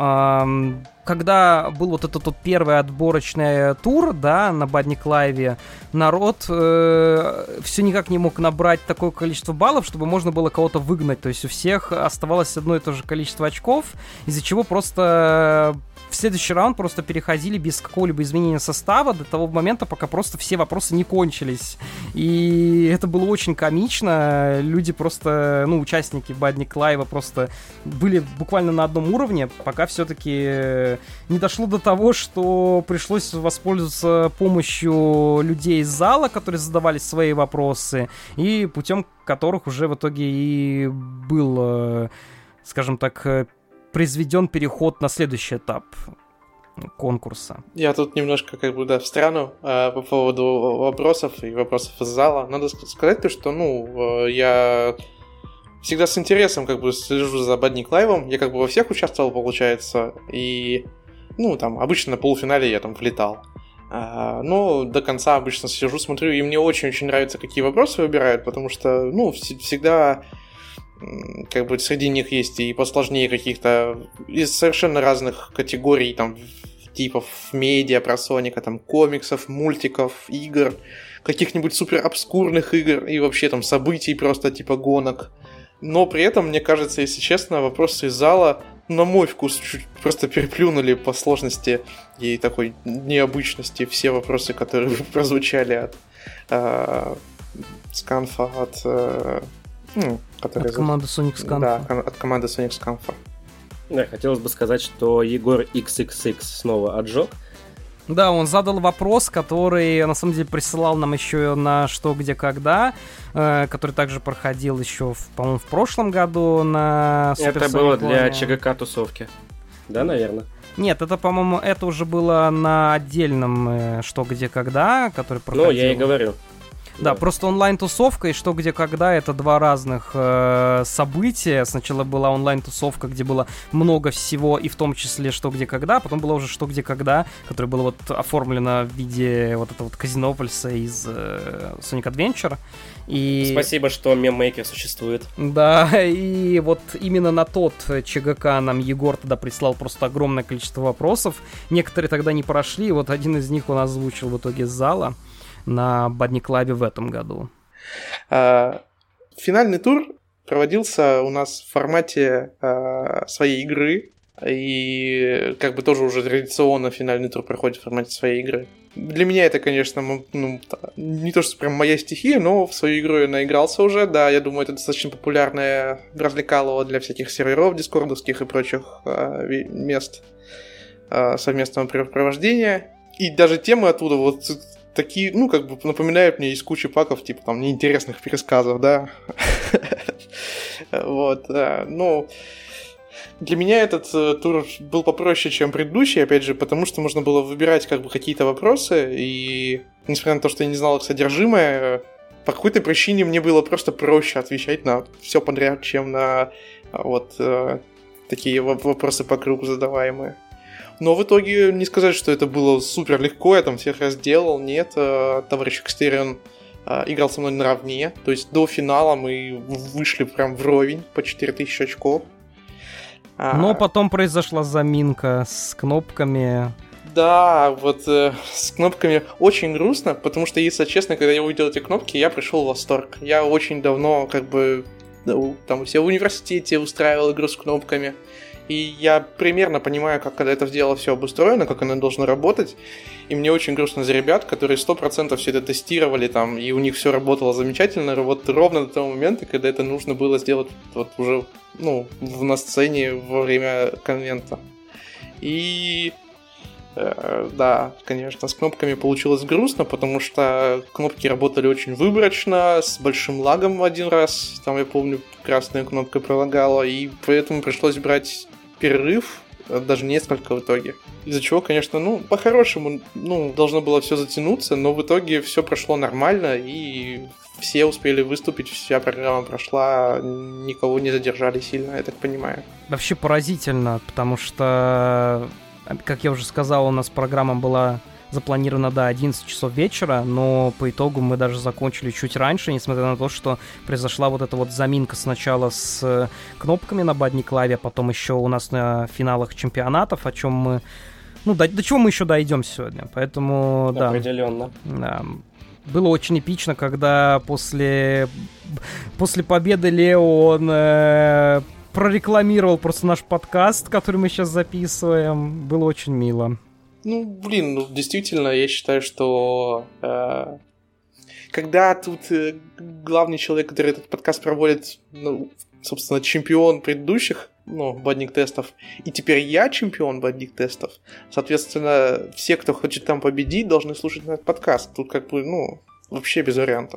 S1: Когда был вот этот вот первый отборочный тур, да, на Бадник Лайве, народ все никак не мог набрать такое количество баллов, чтобы можно было кого-то выгнать. То есть у всех оставалось одно и то же количество очков, из-за чего просто в следующий раунд просто переходили без какого-либо изменения состава до того момента, пока просто все вопросы не кончились. И это было очень комично. Люди просто, участники Бадник Лайва просто были буквально на одном уровне, пока все-таки не дошло до того, что пришлось воспользоваться помощью людей из зала, которые задавали свои вопросы, и путем которых уже в итоге и был, скажем так, произведен переход на следующий этап конкурса.
S3: Я тут немножко встряну по поводу вопросов и вопросов из зала. Надо сказать то, что, я всегда с интересом слежу за Бадник Лайвом. Я во всех участвовал, получается, и, обычно на полуфинале я там влетал. Но до конца обычно сижу, смотрю, и мне очень-очень нравится, какие вопросы выбирают, потому что, всегда среди них есть и посложнее каких-то из совершенно разных категорий, типов медиа про Соника, комиксов, мультиков, игр, каких-нибудь супер обскурных игр и вообще событий просто типа гонок. Но при этом, мне кажется, если честно, вопросы из зала, на мой вкус, чуть просто переплюнули по сложности и такой необычности все вопросы, которые прозвучали от Сканфа, от
S1: команды Sonic Scanf.
S3: Да, от команды Sonic Scanf.
S2: Да, хотелось бы сказать, что Егор XXX снова отжег.
S1: Да, он задал вопрос, который, на самом деле, присылал нам еще на «Что, где, когда», который также проходил еще, по-моему, в прошлом году на Super
S2: Это было для ЧГК-тусовки. Да, наверное?
S1: Нет, это, по-моему, это уже было на отдельном «Что, где, когда», который проходил.
S2: Я и говорю.
S1: Да, просто онлайн-тусовка и что, где, когда — это два разных события. Сначала была онлайн-тусовка, где было много всего, и в том числе что, где, когда. Потом было уже что, где, когда, которое было вот оформлено в виде вот этого вот Казинопольса из Sonic Adventure. И...
S2: Спасибо, что меммейкер существует.
S1: Да, и вот именно на тот ЧГК нам Егор тогда прислал просто огромное количество вопросов. Некоторые тогда не прошли, и вот один из них он озвучил в итоге с зала на Badnik Club в этом году.
S3: Финальный тур проводился у нас в формате своей игры. И как бы тоже уже традиционно финальный тур проходит в формате своей игры. Для меня это, конечно, ну, не то, что прям моя стихия, но в свою игру я наигрался уже. Да, я думаю, это достаточно популярное развлекалово для всяких серверов дискордовских и прочих мест совместного времяпровождения. И даже темы оттуда вот такие, ну, как бы напоминают мне из кучи паков, типа там неинтересных пересказов, да. Вот, ну... Для меня этот тур был попроще, чем предыдущий, опять же, потому что можно было выбирать как бы какие-то вопросы, и несмотря на то, что я не знал их содержимое, по какой-то причине мне было просто проще отвечать на все подряд, чем на вот такие вопросы по кругу задаваемые. Но в итоге не сказать, что это было супер легко, я там всех разделал, нет, товарищ Экстерион играл со мной наравне, то есть до финала мы вышли прям вровень по 4000 очков.
S1: Но потом произошла заминка с кнопками.
S3: Да, вот с кнопками очень грустно, потому что, если честно, когда я увидел эти кнопки, я пришел в восторг. Я очень давно, как бы, там, все в университете устраивал игру с кнопками. И я примерно понимаю, как когда это дело все обустроено, как оно должно работать. И мне очень грустно за ребят, которые 100% все это тестировали там, и у них все работало замечательно, вот ровно до того момента, когда это нужно было сделать вот уже, ну, на сцене во время конвента. И да, конечно, с кнопками получилось грустно, потому что кнопки работали очень выборочно, с большим лагом в один раз. Там, я помню, красная кнопка пролагала, и поэтому пришлось брать перерыв, даже несколько в итоге. Из-за чего, конечно, ну, по-хорошему, ну, должно было все затянуться, но в итоге все прошло нормально, и все успели выступить, вся программа прошла, никого не задержали сильно, я так понимаю.
S1: Вообще поразительно, потому что, как я уже сказал, у нас программа была запланирована до 11 часов вечера, но по итогу мы даже закончили чуть раньше, несмотря на то, что произошла вот эта вот заминка сначала с кнопками на Badnik Live, а потом еще у нас на финалах чемпионатов, о чем мы... Ну, до чего мы еще дойдем сегодня, поэтому, да.
S2: Определенно.
S1: Да. Было очень эпично, когда после победы Лео он прорекламировал просто наш подкаст, который мы сейчас записываем. Было очень мило.
S3: Ну, блин, ну, действительно, я считаю, что когда тут главный человек, который этот подкаст проводит, ну, собственно, чемпион предыдущих, ну, Badnik-тестов, и теперь я чемпион Badnik-тестов, соответственно, все, кто хочет там победить, должны слушать этот подкаст. Тут как бы, ну, вообще без вариантов.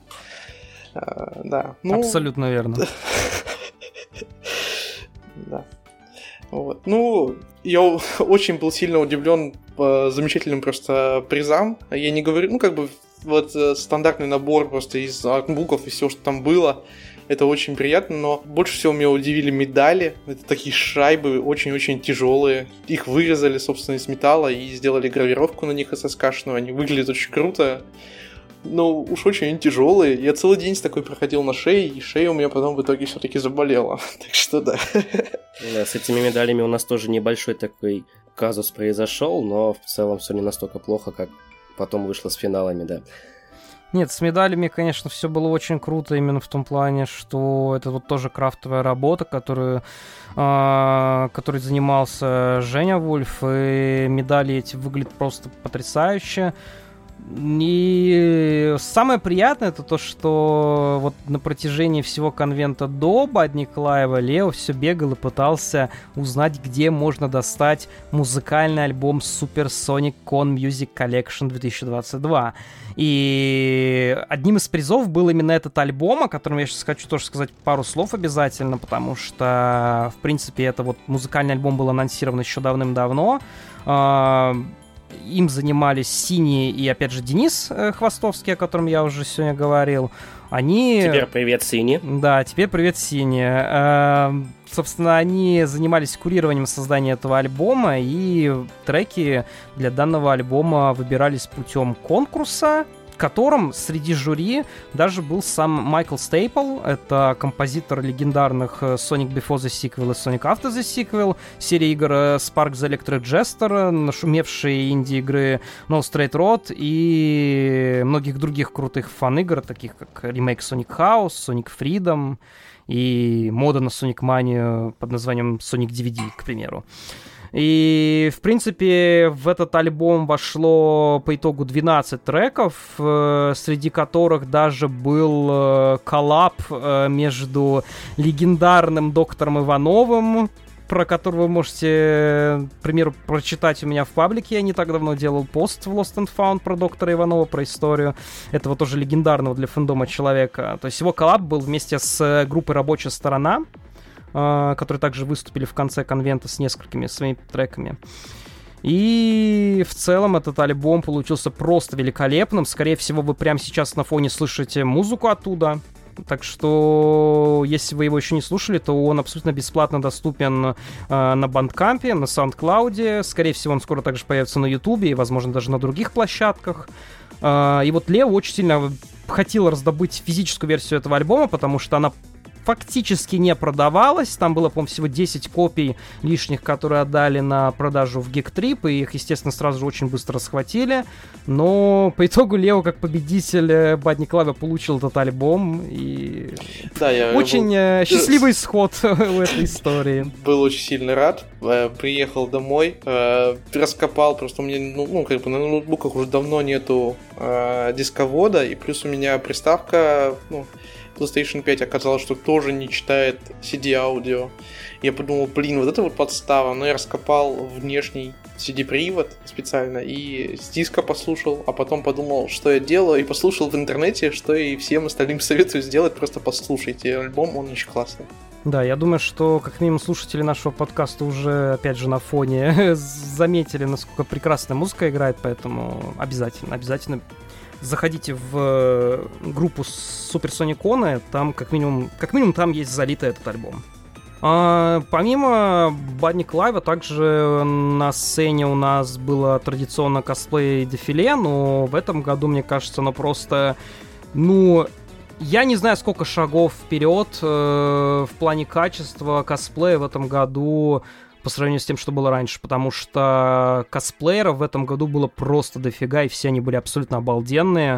S3: Да. Ну,
S1: абсолютно верно.
S3: Да. Вот. Ну, я очень был сильно удивлен замечательным просто призам. Я не говорю, ну, как бы, вот стандартный набор просто из артбуков и всего, что там было. Это очень приятно, но больше всего меня удивили медали. Это такие шайбы, очень-очень тяжелые. Их вырезали, собственно, из металла и сделали гравировку на них SSK-шную. Они выглядят очень круто. Но уж очень тяжелые. Я целый день с такой проходил на шее, и шея у меня потом в итоге все-таки заболела. Так что да.
S2: Да, с этими медалями у нас тоже небольшой такой казус произошел, но в целом все не настолько плохо, как потом вышло с финалами, да.
S1: Нет, с медалями, конечно, все было очень круто именно в том плане, что это вот тоже крафтовая работа, которой занимался Женя Вульф, и медали эти выглядят просто потрясающе. И самое приятное это то, что вот на протяжении всего конвента до Badnik Live Лео все бегал и пытался узнать, где можно достать музыкальный альбом Super Sonic Con Music Collection 2022. И одним из призов был именно этот альбом, о котором я сейчас хочу тоже сказать пару слов обязательно, потому что, в принципе, это вот музыкальный альбом был анонсирован еще давным-давно. им занимались Синий и, опять же, Денис Хвостовский, о котором я уже сегодня говорил. Они...
S2: Теперь привет, Синий.
S1: Да, теперь привет, Синий. Собственно, они занимались курированием создания этого альбома, и треки для данного альбома выбирались путем конкурса, в котором среди жюри даже был сам Майкл Стейпл. Это композитор легендарных Sonic Before the Sequel и Sonic After the Sequel, серии игр Spark the Electric Jester, нашумевшие инди-игры No Straight Road и многих других крутых фан-игр, таких как ремейк Sonic House, Sonic Freedom и мода на Sonic Mania под названием Sonic DVD, к примеру. И, в принципе, в этот альбом вошло по итогу 12 треков, среди которых даже был коллаб между легендарным Доктором Ивановым, про которого вы можете, к примеру, прочитать у меня в паблике. Я не так давно делал пост в Lost and Found про Доктора Иванова, про историю этого тоже легендарного для фэндома человека. То есть его коллаб был вместе с группой «Рабочая сторона», которые также выступили в конце конвента с несколькими своими треками. И в целом этот альбом получился просто великолепным. Скорее всего, вы прямо сейчас на фоне слышите музыку оттуда. Так что, если вы его еще не слушали, то он абсолютно бесплатно доступен на Bandcamp, на SoundCloud. Скорее всего, он скоро также появится на YouTube и, возможно, даже на других площадках. И вот Лео очень сильно хотел раздобыть физическую версию этого альбома, потому что она фактически не продавалась. Там было, по-моему, всего 10 копий лишних, которые отдали на продажу в Geek Trip, и их, естественно, сразу же очень быстро схватили. Но по итогу Лео, как победитель Bad Knee Club, получил этот альбом, и
S3: да,
S1: очень счастливый исход в этой истории.
S3: Был очень сильно рад. Приехал домой, раскопал, просто у меня, как бы на ноутбуках уже давно нету дисковода, и плюс у меня приставка, PlayStation 5 оказалось, что тоже не читает CD-аудио. Я подумал, вот это вот подстава. Но я раскопал внешний CD-привод специально и с диска послушал, а потом подумал, что я делаю, и послушал в интернете, что и всем остальным советую сделать. Просто послушайте альбом, он очень классный.
S1: Да, я думаю, что как минимум слушатели нашего подкаста уже, опять же, на фоне заметили, насколько прекрасная музыка играет, поэтому обязательно заходите в группу Суперсониконы, там как минимум там есть залитый этот альбом. Помимо Bad Knee Club, также на сцене у нас было традиционно косплей и дефиле, но в этом году, мне кажется, оно просто, я не знаю, сколько шагов вперед в плане качества косплея в этом году по сравнению с тем, что было раньше, потому что косплееров в этом году было просто дофига, и все они были абсолютно обалденные.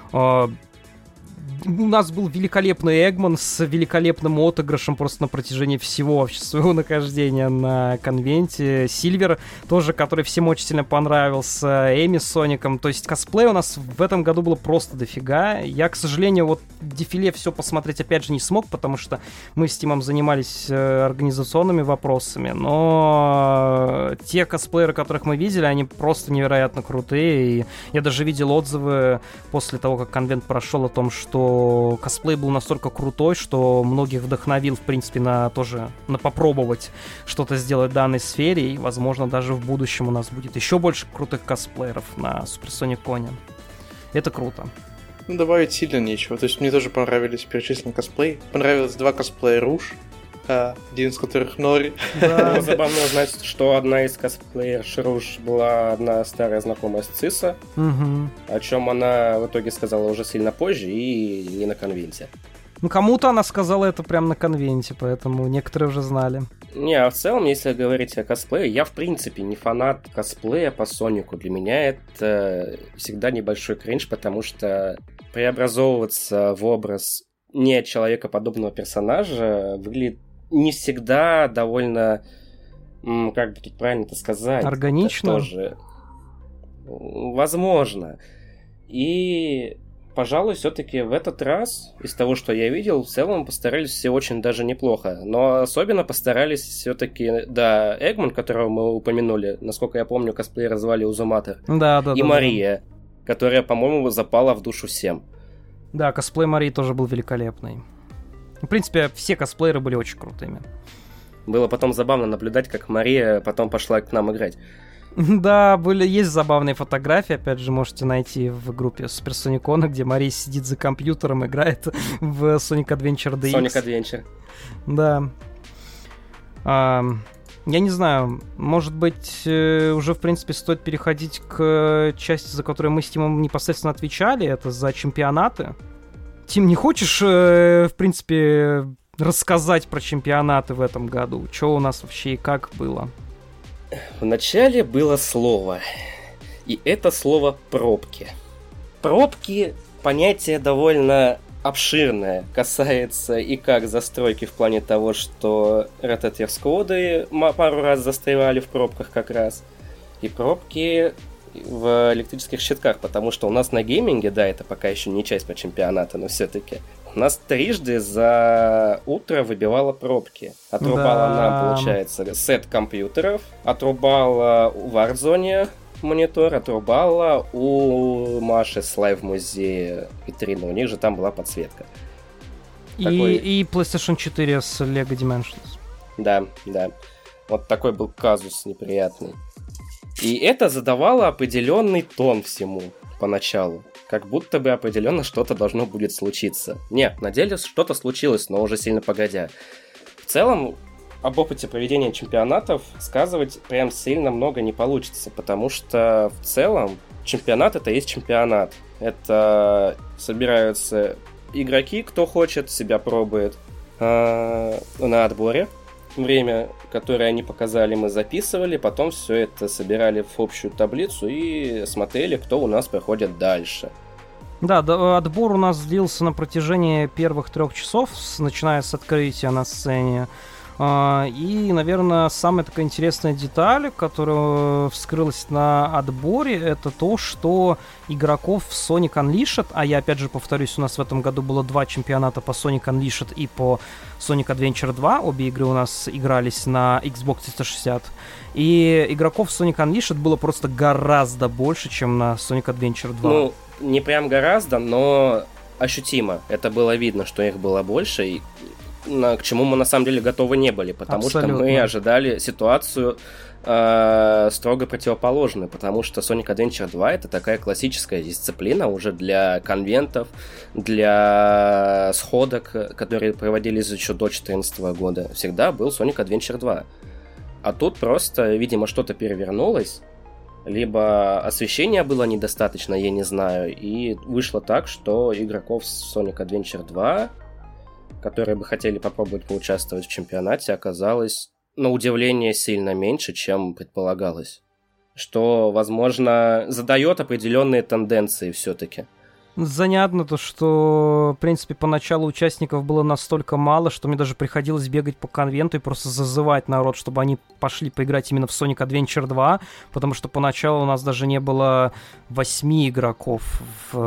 S1: У нас был великолепный Эгман с великолепным отыгрышем просто на протяжении всего вообще своего нахождения на конвенте. Сильвер тоже, который всем очень сильно понравился. Эми с Соником. То есть косплей у нас в этом году было просто дофига. Я, к сожалению, вот дефиле все посмотреть опять же не смог, потому что мы с Тимом занимались организационными вопросами. Но те косплееры, которых мы видели, они просто невероятно крутые. И я даже видел отзывы после того, как конвент прошел, о том, что косплей был настолько крутой, что многих вдохновил, в принципе, на попробовать что-то сделать в данной сфере, и, возможно, даже в будущем у нас будет еще больше крутых косплееров на Суперсониконе. Это круто.
S3: Добавить сильно нечего. То есть мне тоже понравились перечисленные косплеи. Понравилось 2 косплея Руж, один из которых Нори.
S2: Да. Забавно узнать, что одна из косплеерш Руж была одна старая знакомая с Циса, о чем она в итоге сказала уже сильно позже и не на конвенте.
S1: Кому-то она сказала это прямо на конвенте, поэтому некоторые уже знали.
S2: А в целом, если говорить о косплее, я в принципе не фанат косплея по Сонику. Для меня это всегда небольшой кринж, потому что преобразовываться в образ не человекоподобного персонажа выглядит не всегда довольно, как бы тут правильно это сказать,
S1: органично.
S2: Тоже возможно. И, пожалуй, все-таки в этот раз, из того, что я видел, в целом постарались все очень даже неплохо. Но особенно постарались все-таки, Эгман, которого мы упомянули, насколько я помню, косплеера звали Узуматор. И Мария, которая, по-моему, запала в душу всем.
S1: Да, косплей Марии тоже был великолепный. В принципе, все косплееры были очень крутыми.
S2: Было потом забавно наблюдать, как Мария потом пошла к нам играть.
S1: Да, есть забавные фотографии, опять же, можете найти в группе Суперсоникона, где Мария сидит за компьютером, играет в Sonic Adventure DX.
S2: Sonic Adventure.
S1: Да. Я не знаю, может быть, уже, в принципе, стоит переходить к части, за которую мы с Тимом непосредственно отвечали, это за чемпионаты. Тим, не хочешь, в принципе, рассказать про чемпионаты в этом году? Что у нас вообще и как было?
S2: Вначале было слово, и это слово «пробки». Пробки — понятие довольно обширное, касается и как застройки в плане того, что ротаторскоды пару раз застревали в пробках как раз, и пробки в электрических щитках, потому что у нас на гейминге, да, это пока еще не часть по чемпионату, но все-таки у нас трижды за утро выбивало пробки. Отрубала нам, получается, сет компьютеров, отрубала в Warzone монитор, отрубала у Маши с лайв-музея витрину, у них же там была подсветка.
S1: И PlayStation 4 с Lego Dimensions.
S2: Да. Вот такой был казус неприятный. И это задавало определенный тон всему поначалу. Как будто бы определенно что-то должно будет случиться. Нет, на деле что-то случилось, но уже сильно погодя. В целом, об опыте проведения чемпионатов сказывать прям сильно много не получится, потому что в целом чемпионат — это есть чемпионат. Это собираются игроки, кто хочет, себя пробует на отборе. Время, которое они показали, мы записывали, потом все это собирали в общую таблицу и смотрели, кто у нас проходит дальше.
S1: Да, отбор у нас длился на протяжении первых 3 часов, начиная с открытия на сцене. И, наверное, самая такая интересная деталь, которая вскрылась на отборе, это то, что игроков в Sonic Unleashed, а я опять же повторюсь, у нас в этом году было 2 чемпионата по Sonic Unleashed и по Sonic Adventure 2, обе игры у нас игрались на Xbox 360, и игроков в Sonic Unleashed было просто гораздо больше, чем на Sonic Adventure 2.
S2: Ну, не прям гораздо, но ощутимо. Это было видно, что их было больше, и к чему мы на самом деле готовы не были, потому что мы ожидали ситуацию строго противоположную, потому что Sonic Adventure 2 это такая классическая дисциплина уже для конвентов, для сходок, которые проводились еще до 2014 года. Всегда был Sonic Adventure 2. А тут просто, видимо, что-то перевернулось, либо освещения было недостаточно, я не знаю, и вышло так, что игроков с Sonic Adventure 2, которые бы хотели попробовать поучаствовать в чемпионате, оказалось, на удивление, сильно меньше, чем предполагалось. Что, возможно, задает определенные тенденции все-таки.
S1: Занятно то, что, в принципе, поначалу участников было настолько мало, что мне даже приходилось бегать по конвенту и просто зазывать народ, чтобы они пошли поиграть именно в Sonic Adventure 2, потому что поначалу у нас даже не было 8 игроков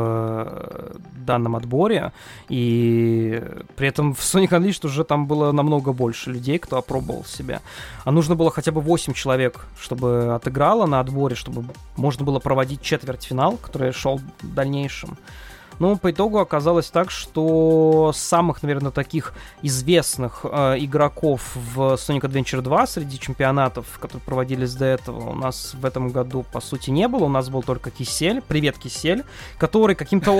S1: в данном отборе, и при этом в Sonic Unleashed уже там было намного больше людей, кто опробовал себя. А нужно было хотя бы 8 человек, чтобы отыграло на отборе, чтобы можно было проводить четвертьфинал, который шел в дальнейшем. Ну, по итогу оказалось так, что самых, наверное, таких известных игроков в Sonic Adventure 2 среди чемпионатов, которые проводились до этого, у нас в этом году, по сути, не было. У нас был только Кисель. Привет, Кисель. Который каким-то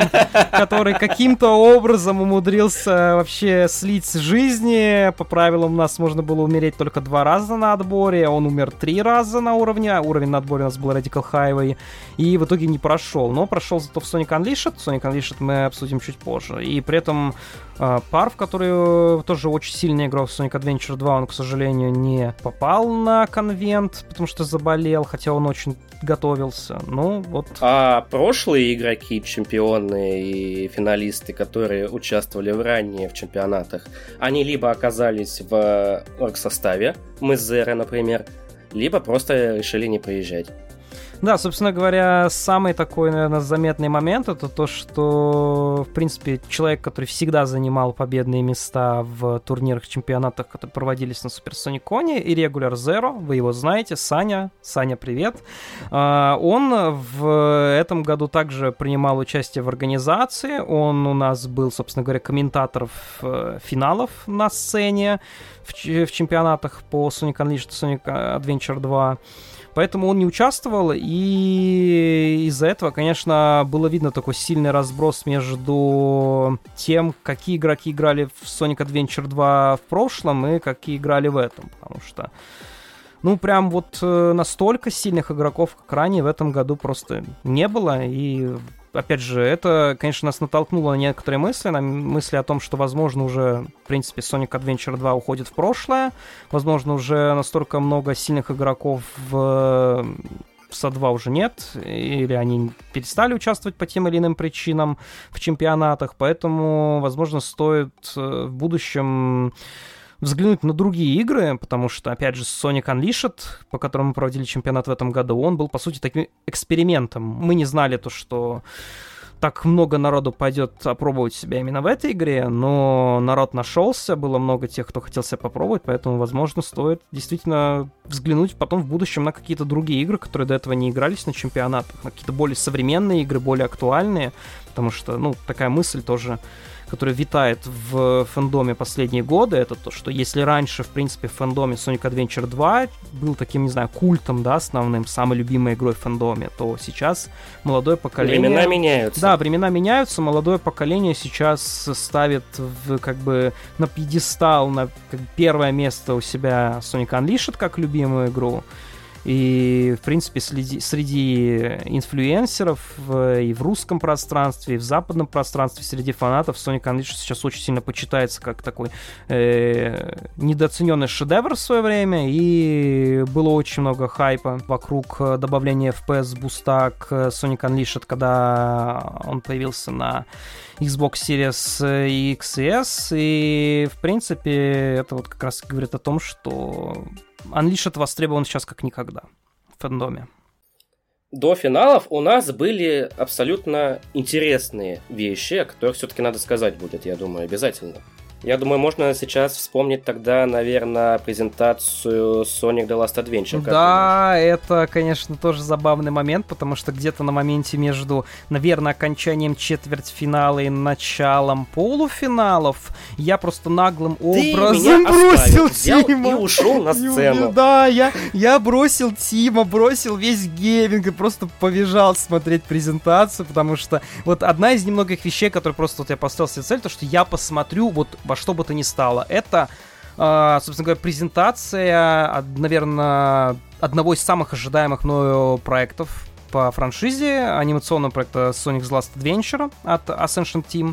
S1: образом умудрился вообще слить с жизни. По правилам у нас можно было умереть только 2 раза на отборе. Он умер 3 раза на уровне. А уровень на отборе у нас был Radical Highway. И в итоге не прошел. Но прошел зато в Sonic Unleashed. Sonic Unleashed мы обсудим чуть позже. И при этом Парв, который тоже очень сильно играл в Sonic Adventure 2, он, к сожалению, не попал на конвент, потому что заболел, хотя он очень готовился. Ну, вот. А
S2: прошлые игроки, чемпионы и финалисты, которые участвовали ранее в чемпионатах, они либо оказались в оргсоставе, мы с Зеро, например, либо просто решили не приезжать.
S1: Да, собственно говоря, самый такой, наверное, заметный момент — это то, что, в принципе, человек, который всегда занимал победные места в турнирах, чемпионатах, которые проводились на Суперсониконе, и Irregular Zero, вы его знаете, Саня. Саня, привет. Он в этом году также принимал участие в организации. Он у нас был, собственно говоря, комментатором финалов на сцене в чемпионатах по Sonic Unleashed, Sonic Adventure 2. Поэтому он не участвовал, и из-за этого, конечно, было видно такой сильный разброс между тем, какие игроки играли в Sonic Adventure 2 в прошлом и какие играли в этом, потому что прям вот настолько сильных игроков, как ранее, в этом году просто не было, и опять же, это, конечно, нас натолкнуло на некоторые мысли, на мысли о том, что, возможно, уже, в принципе, Sonic Adventure 2 уходит в прошлое, возможно, уже настолько много сильных игроков в СА-2 уже нет, или они перестали участвовать по тем или иным причинам в чемпионатах, поэтому, возможно, стоит в будущем взглянуть на другие игры, потому что, опять же, Sonic Unleashed, по которому мы проводили чемпионат в этом году, он был, по сути, таким экспериментом. Мы не знали то, что так много народу пойдет опробовать себя именно в этой игре, но народ нашелся, было много тех, кто хотел себя попробовать, поэтому, возможно, стоит действительно взглянуть потом в будущем на какие-то другие игры, которые до этого не игрались на чемпионатах, на какие-то более современные игры, более актуальные, потому что, такая мысль тоже, которая витает в фэндоме последние годы, это то, что если раньше, в принципе, в фэндоме Sonic Adventure 2 был таким, не знаю, культом, да, основным, самой любимой игрой в фэндоме, то сейчас молодое поколение...
S2: Времена меняются.
S1: Да, времена меняются, молодое поколение сейчас ставит на пьедестал, на первое место у себя Sonic Unleashed как любимую игру. И, в принципе, среди инфлюенсеров и в русском пространстве, и в западном пространстве, среди фанатов Sonic Unleashed сейчас очень сильно почитается как такой недооцененный шедевр в свое время, и было очень много хайпа вокруг добавления FPS-буста к Sonic Unleashed, когда он появился на Xbox Series X и S, и, в принципе, это вот как раз говорит о том, что Unleashed востребован сейчас как никогда в фэндоме.
S2: До финалов у нас были абсолютно интересные вещи, о которых все-таки надо сказать будет, я думаю, обязательно. Я думаю, можно сейчас вспомнить тогда, наверное, презентацию Sonic The Last Adventure.
S1: Да, это, конечно, тоже забавный момент, потому что где-то на моменте между, наверное, окончанием четвертьфинала и началом полуфиналов я просто наглым образом бросил Тима.
S2: И ушел на сцену.
S1: Да, я бросил Тима, бросил весь гейминг и просто побежал смотреть презентацию, потому что вот одна из немногих вещей, которые просто вот я поставил себе цель, то, что я посмотрю вот во что бы то ни стало. Это, собственно говоря, презентация, наверное, одного из самых ожидаемых мною проектов по франшизе, анимационного проекта Sonic The Last Adventure от Ascension Team.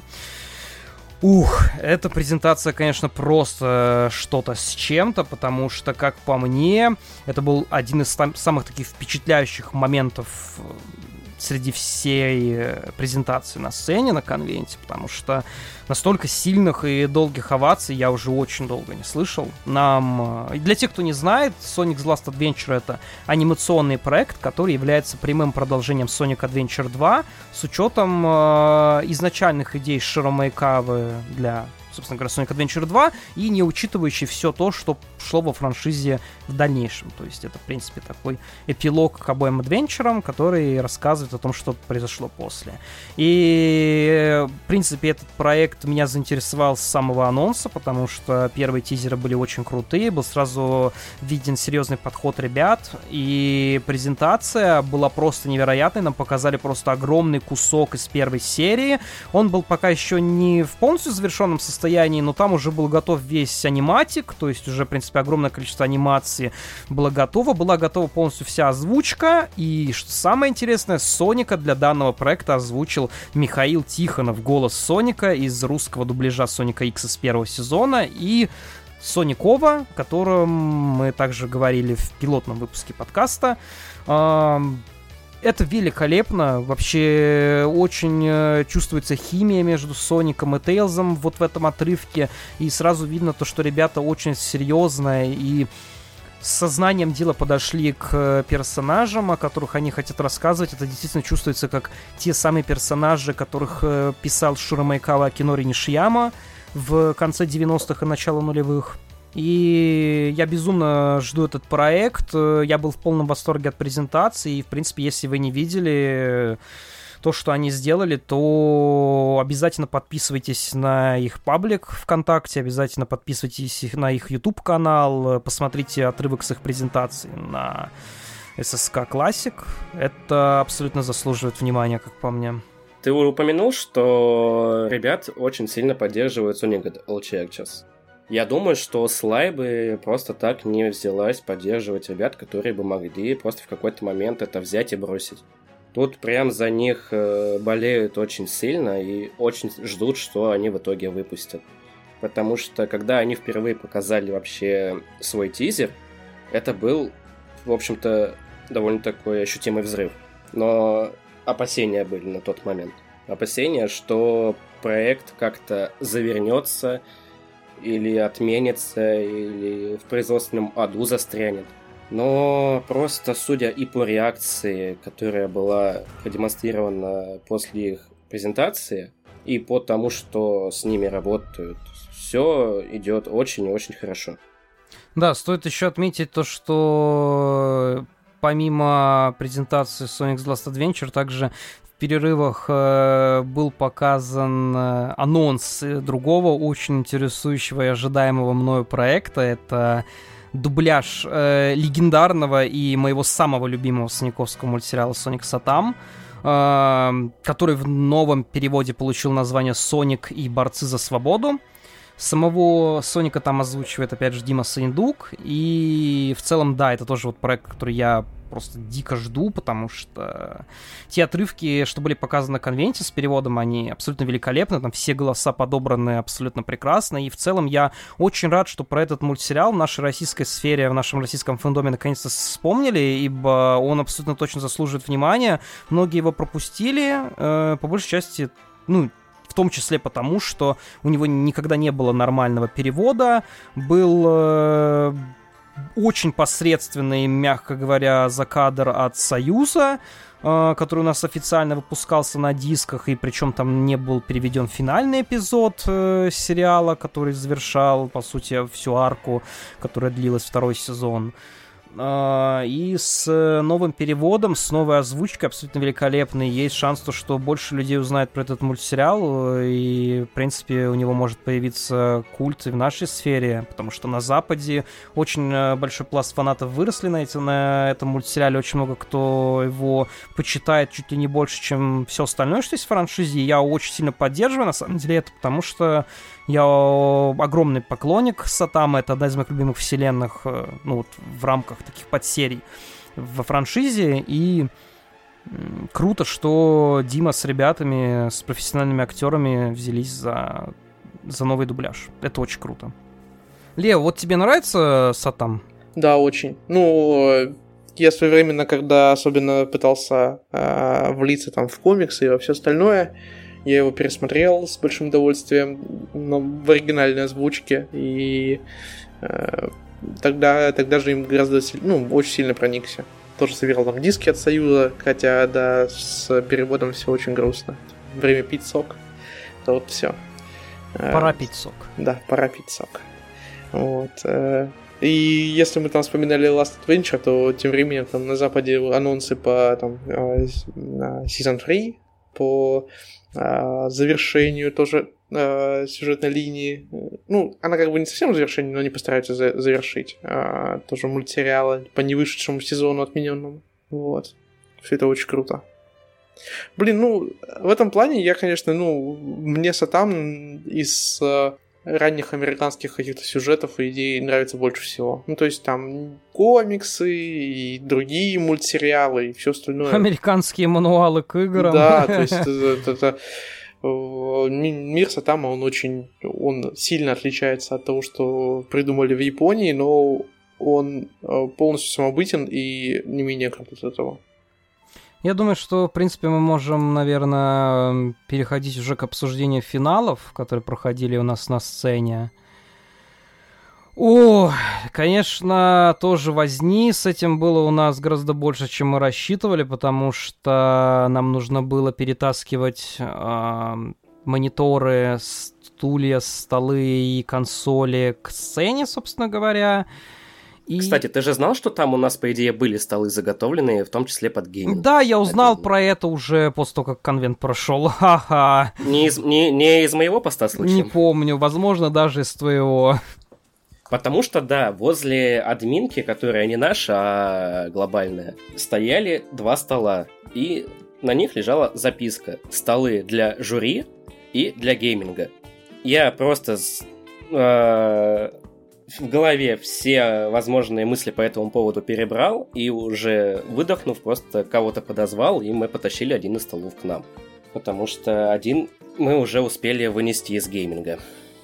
S1: Эта презентация, конечно, просто что-то с чем-то, потому что, как по мне, это был один из самых таких впечатляющих моментов среди всей презентации на сцене, на конвенте, потому что настолько сильных и долгих оваций я уже очень долго не слышал. Для тех, кто не знает, Sonic The Last Adventure — это анимационный проект, который является прямым продолжением Sonic Adventure 2 с учетом изначальных идей Широ Маэкавы для, собственно говоря, Sonic Adventure 2 и не учитывающий все то, что шло во франшизе в дальнейшем. То есть это, в принципе, такой эпилог к обоим адвенчурам, который рассказывает о том, что произошло после. И, в принципе, этот проект меня заинтересовал с самого анонса, потому что первые тизеры были очень крутые, был сразу виден серьезный подход ребят, и презентация была просто невероятной, нам показали просто огромный кусок из первой серии. Он был пока еще не в полностью завершенном состоянии, но там уже был готов весь аниматик, то есть уже, в принципе, огромное количество анимации была готова полностью вся озвучка, и что самое интересное, Соника для данного проекта озвучил Михаил Тихонов, голос Соника из русского дубляжа Соника X из первого сезона, и Соникова, о котором мы также говорили в пилотном выпуске подкаста. Это великолепно, вообще очень чувствуется химия между Соником и Тейлзом вот в этом отрывке, и сразу видно то, что ребята очень серьезно и с сознанием дела подошли к персонажам, о которых они хотят рассказывать. Это действительно чувствуется как те самые персонажи, которых писал Широ Маэкава Акинори Нишияма в конце 90-х и начало нулевых. И я безумно жду этот проект. Я был в полном восторге от презентации. И, в принципе, если вы не видели то, что они сделали, то обязательно подписывайтесь на их паблик ВКонтакте, обязательно подписывайтесь на их YouTube-канал, посмотрите отрывок с их презентации на SSK Classic. Это абсолютно заслуживает внимания, как по мне.
S2: Ты упомянул, что ребят очень сильно поддерживают Sonic All-Churches. Я думаю, что Sly бы просто так не взялась поддерживать ребят, которые бы могли просто в какой-то момент это взять и бросить. Тут прям за них болеют очень сильно и очень ждут, что они в итоге выпустят. Потому что, когда они впервые показали вообще свой тизер, это был, в общем-то, довольно такой ощутимый взрыв. Но опасения были на тот момент. Опасения, что проект как-то завернется, или отменится, или в производственном аду застрянет. Но просто судя и по реакции, которая была продемонстрирована после их презентации, и по тому, что с ними работают, все идет очень и очень хорошо.
S1: Да, стоит еще отметить то, что помимо презентации Sonic's Last Adventure, также в перерывах был показан анонс другого очень интересующего и ожидаемого мною проекта. Это дубляж легендарного и моего самого любимого сониковского мультсериала Sonic Satam, который в новом переводе получил название «Соник и борцы за свободу». Самого Соника там озвучивает, опять же, Дима Саиндук. И в целом, да, это тоже вот проект, который я просто дико жду, потому что те отрывки, что были показаны на конвенте с переводом, они абсолютно великолепны, там все голоса подобраны абсолютно прекрасно, и в целом я очень рад, что про этот мультсериал в нашей российской сфере, в нашем российском фэндоме наконец-то вспомнили, ибо он абсолютно точно заслуживает внимания. Многие его пропустили, по большей части, в том числе потому, что у него никогда не было нормального перевода, был очень посредственный, мягко говоря, закадр от Союза, который у нас официально выпускался на дисках, и причем там не был переведен финальный эпизод сериала, который завершал, по сути, всю арку, которая длилась второй сезон. И с новым переводом, с новой озвучкой абсолютно великолепной. Есть шанс, что больше людей узнает про этот мультсериал, и, в принципе, у него может появиться культ и в нашей сфере, потому что на Западе очень большой пласт фанатов выросли на этом мультсериале, очень много кто его почитает чуть ли не больше, чем все остальное, что есть в франшизе. Я очень сильно поддерживаю, на самом деле, это потому что я огромный поклонник Сатама, это одна из моих любимых вселенных, в рамках таких подсерий во франшизе, и круто, что Дима с ребятами, с профессиональными актерами взялись за новый дубляж. Это очень круто. Лео, вот тебе нравится Сатам?
S3: Да, очень. Я своевременно, когда особенно пытался влиться там в комиксы и во все остальное, я его пересмотрел с большим удовольствием, но в оригинальной озвучке, и тогда же им гораздо очень сильно проникся. Тоже собирал там диски от Союза, хотя, да, с переводом все очень грустно. Время пить сок. Это вот все.
S1: Пора пить сок.
S3: Да, пора пить сок. Вот. И если мы там вспоминали Last Adventure, то тем временем там на Западе анонсы по Season 3, по завершению тоже сюжетной линии. Она как бы не совсем завершение, но они постараются завершить. Тоже мультсериала по невышедшему сезону отмененному. Вот. Все это очень круто. Блин, в этом плане я, конечно, мне Сатам из ранних американских каких-то сюжетов и идей нравится больше всего. То есть там комиксы и другие мультсериалы и все остальное.
S1: Американские мануалы к играм.
S3: Да, то есть это мир Сатама, он сильно отличается от того, что придумали в Японии, но он полностью самобытен и не менее крут от этого.
S1: Я думаю, что, в принципе, мы можем, наверное, переходить уже к обсуждению финалов, которые проходили у нас на сцене. Конечно, тоже возни с этим было у нас гораздо больше, чем мы рассчитывали, потому что нам нужно было перетаскивать мониторы, стулья, столы и консоли к сцене, собственно говоря.
S2: Кстати, ты же знал, что там у нас, по идее, были столы заготовленные, в том числе под гейминг?
S1: Да, я узнал про это уже после того, как конвент прошел. Ха-ха.
S2: Не из моего поста случаем?
S1: Не помню, возможно, даже из твоего.
S2: Потому что, да, возле админки, которая не наша, а глобальная, стояли 2 стола, и на них лежала записка: столы для жюри и для гейминга. Я просто в голове все возможные мысли по этому поводу перебрал, и уже выдохнув, просто кого-то подозвал, и мы потащили один из столов к нам. Потому что один мы уже успели вынести из гейминга.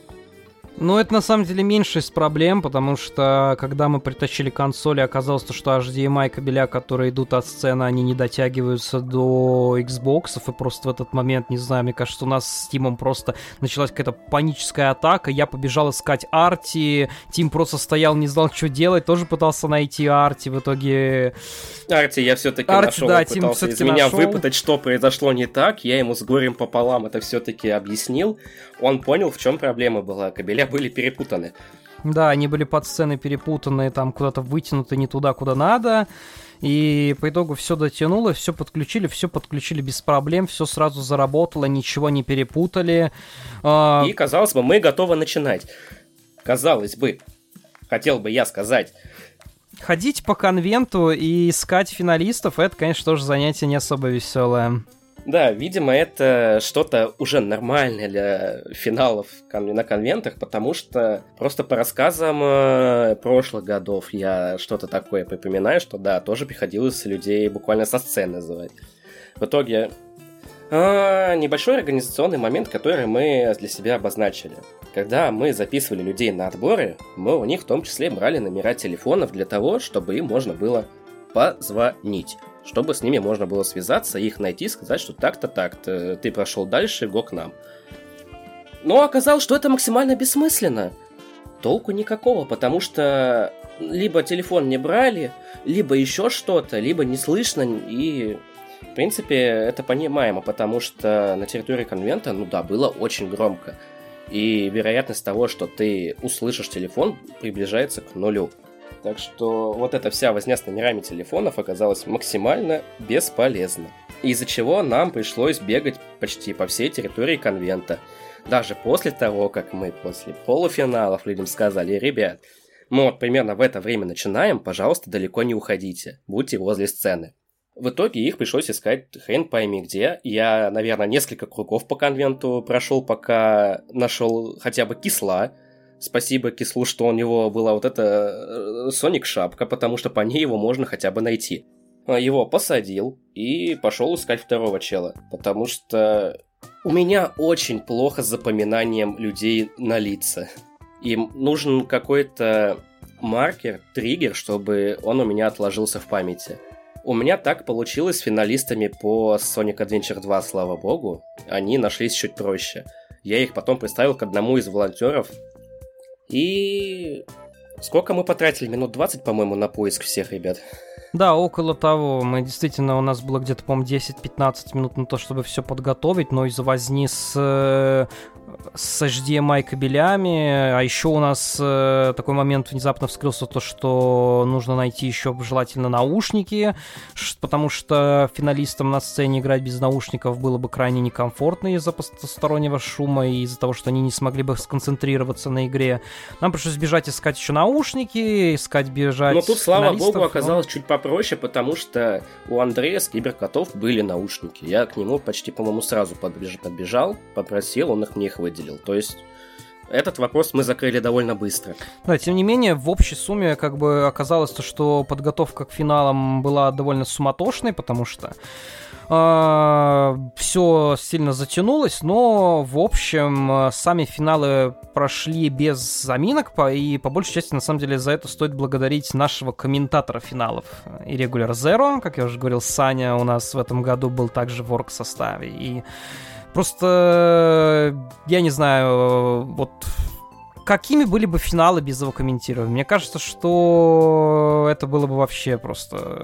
S1: Ну, это на самом деле меньше из проблем, потому что когда мы притащили консоли, оказалось, что HDMI кабеля, которые идут от сцены, они не дотягиваются до Xbox, и просто в этот момент, не знаю, мне кажется, у нас с Тимом просто началась какая-то паническая атака, я побежал искать Арти, Тим просто стоял, не знал, что делать, тоже пытался найти Арти, в итоге...
S2: Арти я все-таки нашел,
S1: да,
S2: пытался из меня выпытать, что произошло не так, я ему с горем пополам это все-таки объяснил, он понял, в чем проблема была, кабеля были перепутаны.
S1: Да, они были под сценой перепутаны, там куда-то вытянуты не туда, куда надо. И по итогу все дотянуло, все подключили без проблем, все сразу заработало, ничего не перепутали.
S2: И, казалось бы, мы готовы начинать. Казалось бы, хотел бы я сказать.
S1: Ходить по конвенту и искать финалистов, это, конечно, тоже занятие не особо веселое.
S2: Да, видимо, это что-то уже нормальное для финалов на конвентах, потому что просто по рассказам прошлых годов я что-то такое припоминаю, что да, тоже приходилось людей буквально со сцены называть. В итоге небольшой организационный момент, который мы для себя обозначили. Когда мы записывали людей на отборы, мы у них в том числе брали номера телефонов для того, чтобы им можно было позвонить. Чтобы с ними можно было связаться, их найти, сказать, что так-то, так-то, ты прошел дальше, го к нам. Но оказалось, что это максимально бессмысленно. Толку никакого, потому что либо телефон не брали, либо еще что-то, либо не слышно, и, в принципе, это понимаемо, потому что на территории конвента, ну да, было очень громко. И вероятность того, что ты услышишь телефон, приближается к нулю. Так что вот эта вся возня с номерами телефонов оказалась максимально бесполезна. Из-за чего нам пришлось бегать почти по всей территории конвента. Даже после того, как мы после полуфиналов людям сказали: ребят, мы вот примерно в это время начинаем, пожалуйста, далеко не уходите, будьте возле сцены. В итоге их пришлось искать хрен пойми где. Я, наверное, несколько кругов по конвенту прошел, пока нашел хотя бы Кисла. Спасибо Кислу, что у него была вот эта Sonic шапка, потому что по ней его можно хотя бы найти. Его посадил и пошел искать второго чела, потому что у меня очень плохо с запоминанием людей на лица. Им нужен какой-то маркер, триггер, чтобы он у меня отложился в памяти. У меня так получилось с финалистами по Sonic Adventure 2, слава богу. Они нашлись чуть проще. Я их потом представил к одному из волонтеров. И сколько мы потратили? Минут 20, по-моему, на поиск всех ребят.
S1: Да, около того. Мы действительно, у нас было где-то, по-моему, 10-15 минут на то, чтобы все подготовить, но из-за возни с HDMI кабелями, а еще у нас такой момент внезапно вскрылся, то, что нужно найти еще желательно наушники, потому что финалистам на сцене играть без наушников было бы крайне некомфортно из-за постороннего шума и из-за того, что они не смогли бы сконцентрироваться на игре. Нам пришлось бежать искать еще наушники, бежать.
S2: Но тут, слава богу, оказалось чуть попроще, потому что у Андрея с Киберкотов были наушники. Я к нему почти, по-моему, сразу подбежал, попросил, он их мне выделил. То есть этот вопрос мы закрыли довольно быстро. Да,
S1: тем не менее, в общей сумме как бы оказалось, что подготовка к финалам была довольно суматошной, потому что все сильно затянулось, но в общем сами финалы прошли без заминок, и по большей части на самом деле за это стоит благодарить нашего комментатора финалов Irregular Zero. Как я уже говорил, Саня у нас в этом году был также в орг-составе, и просто я не знаю, вот какими были бы финалы без его комментирования. Мне кажется, что это было бы вообще просто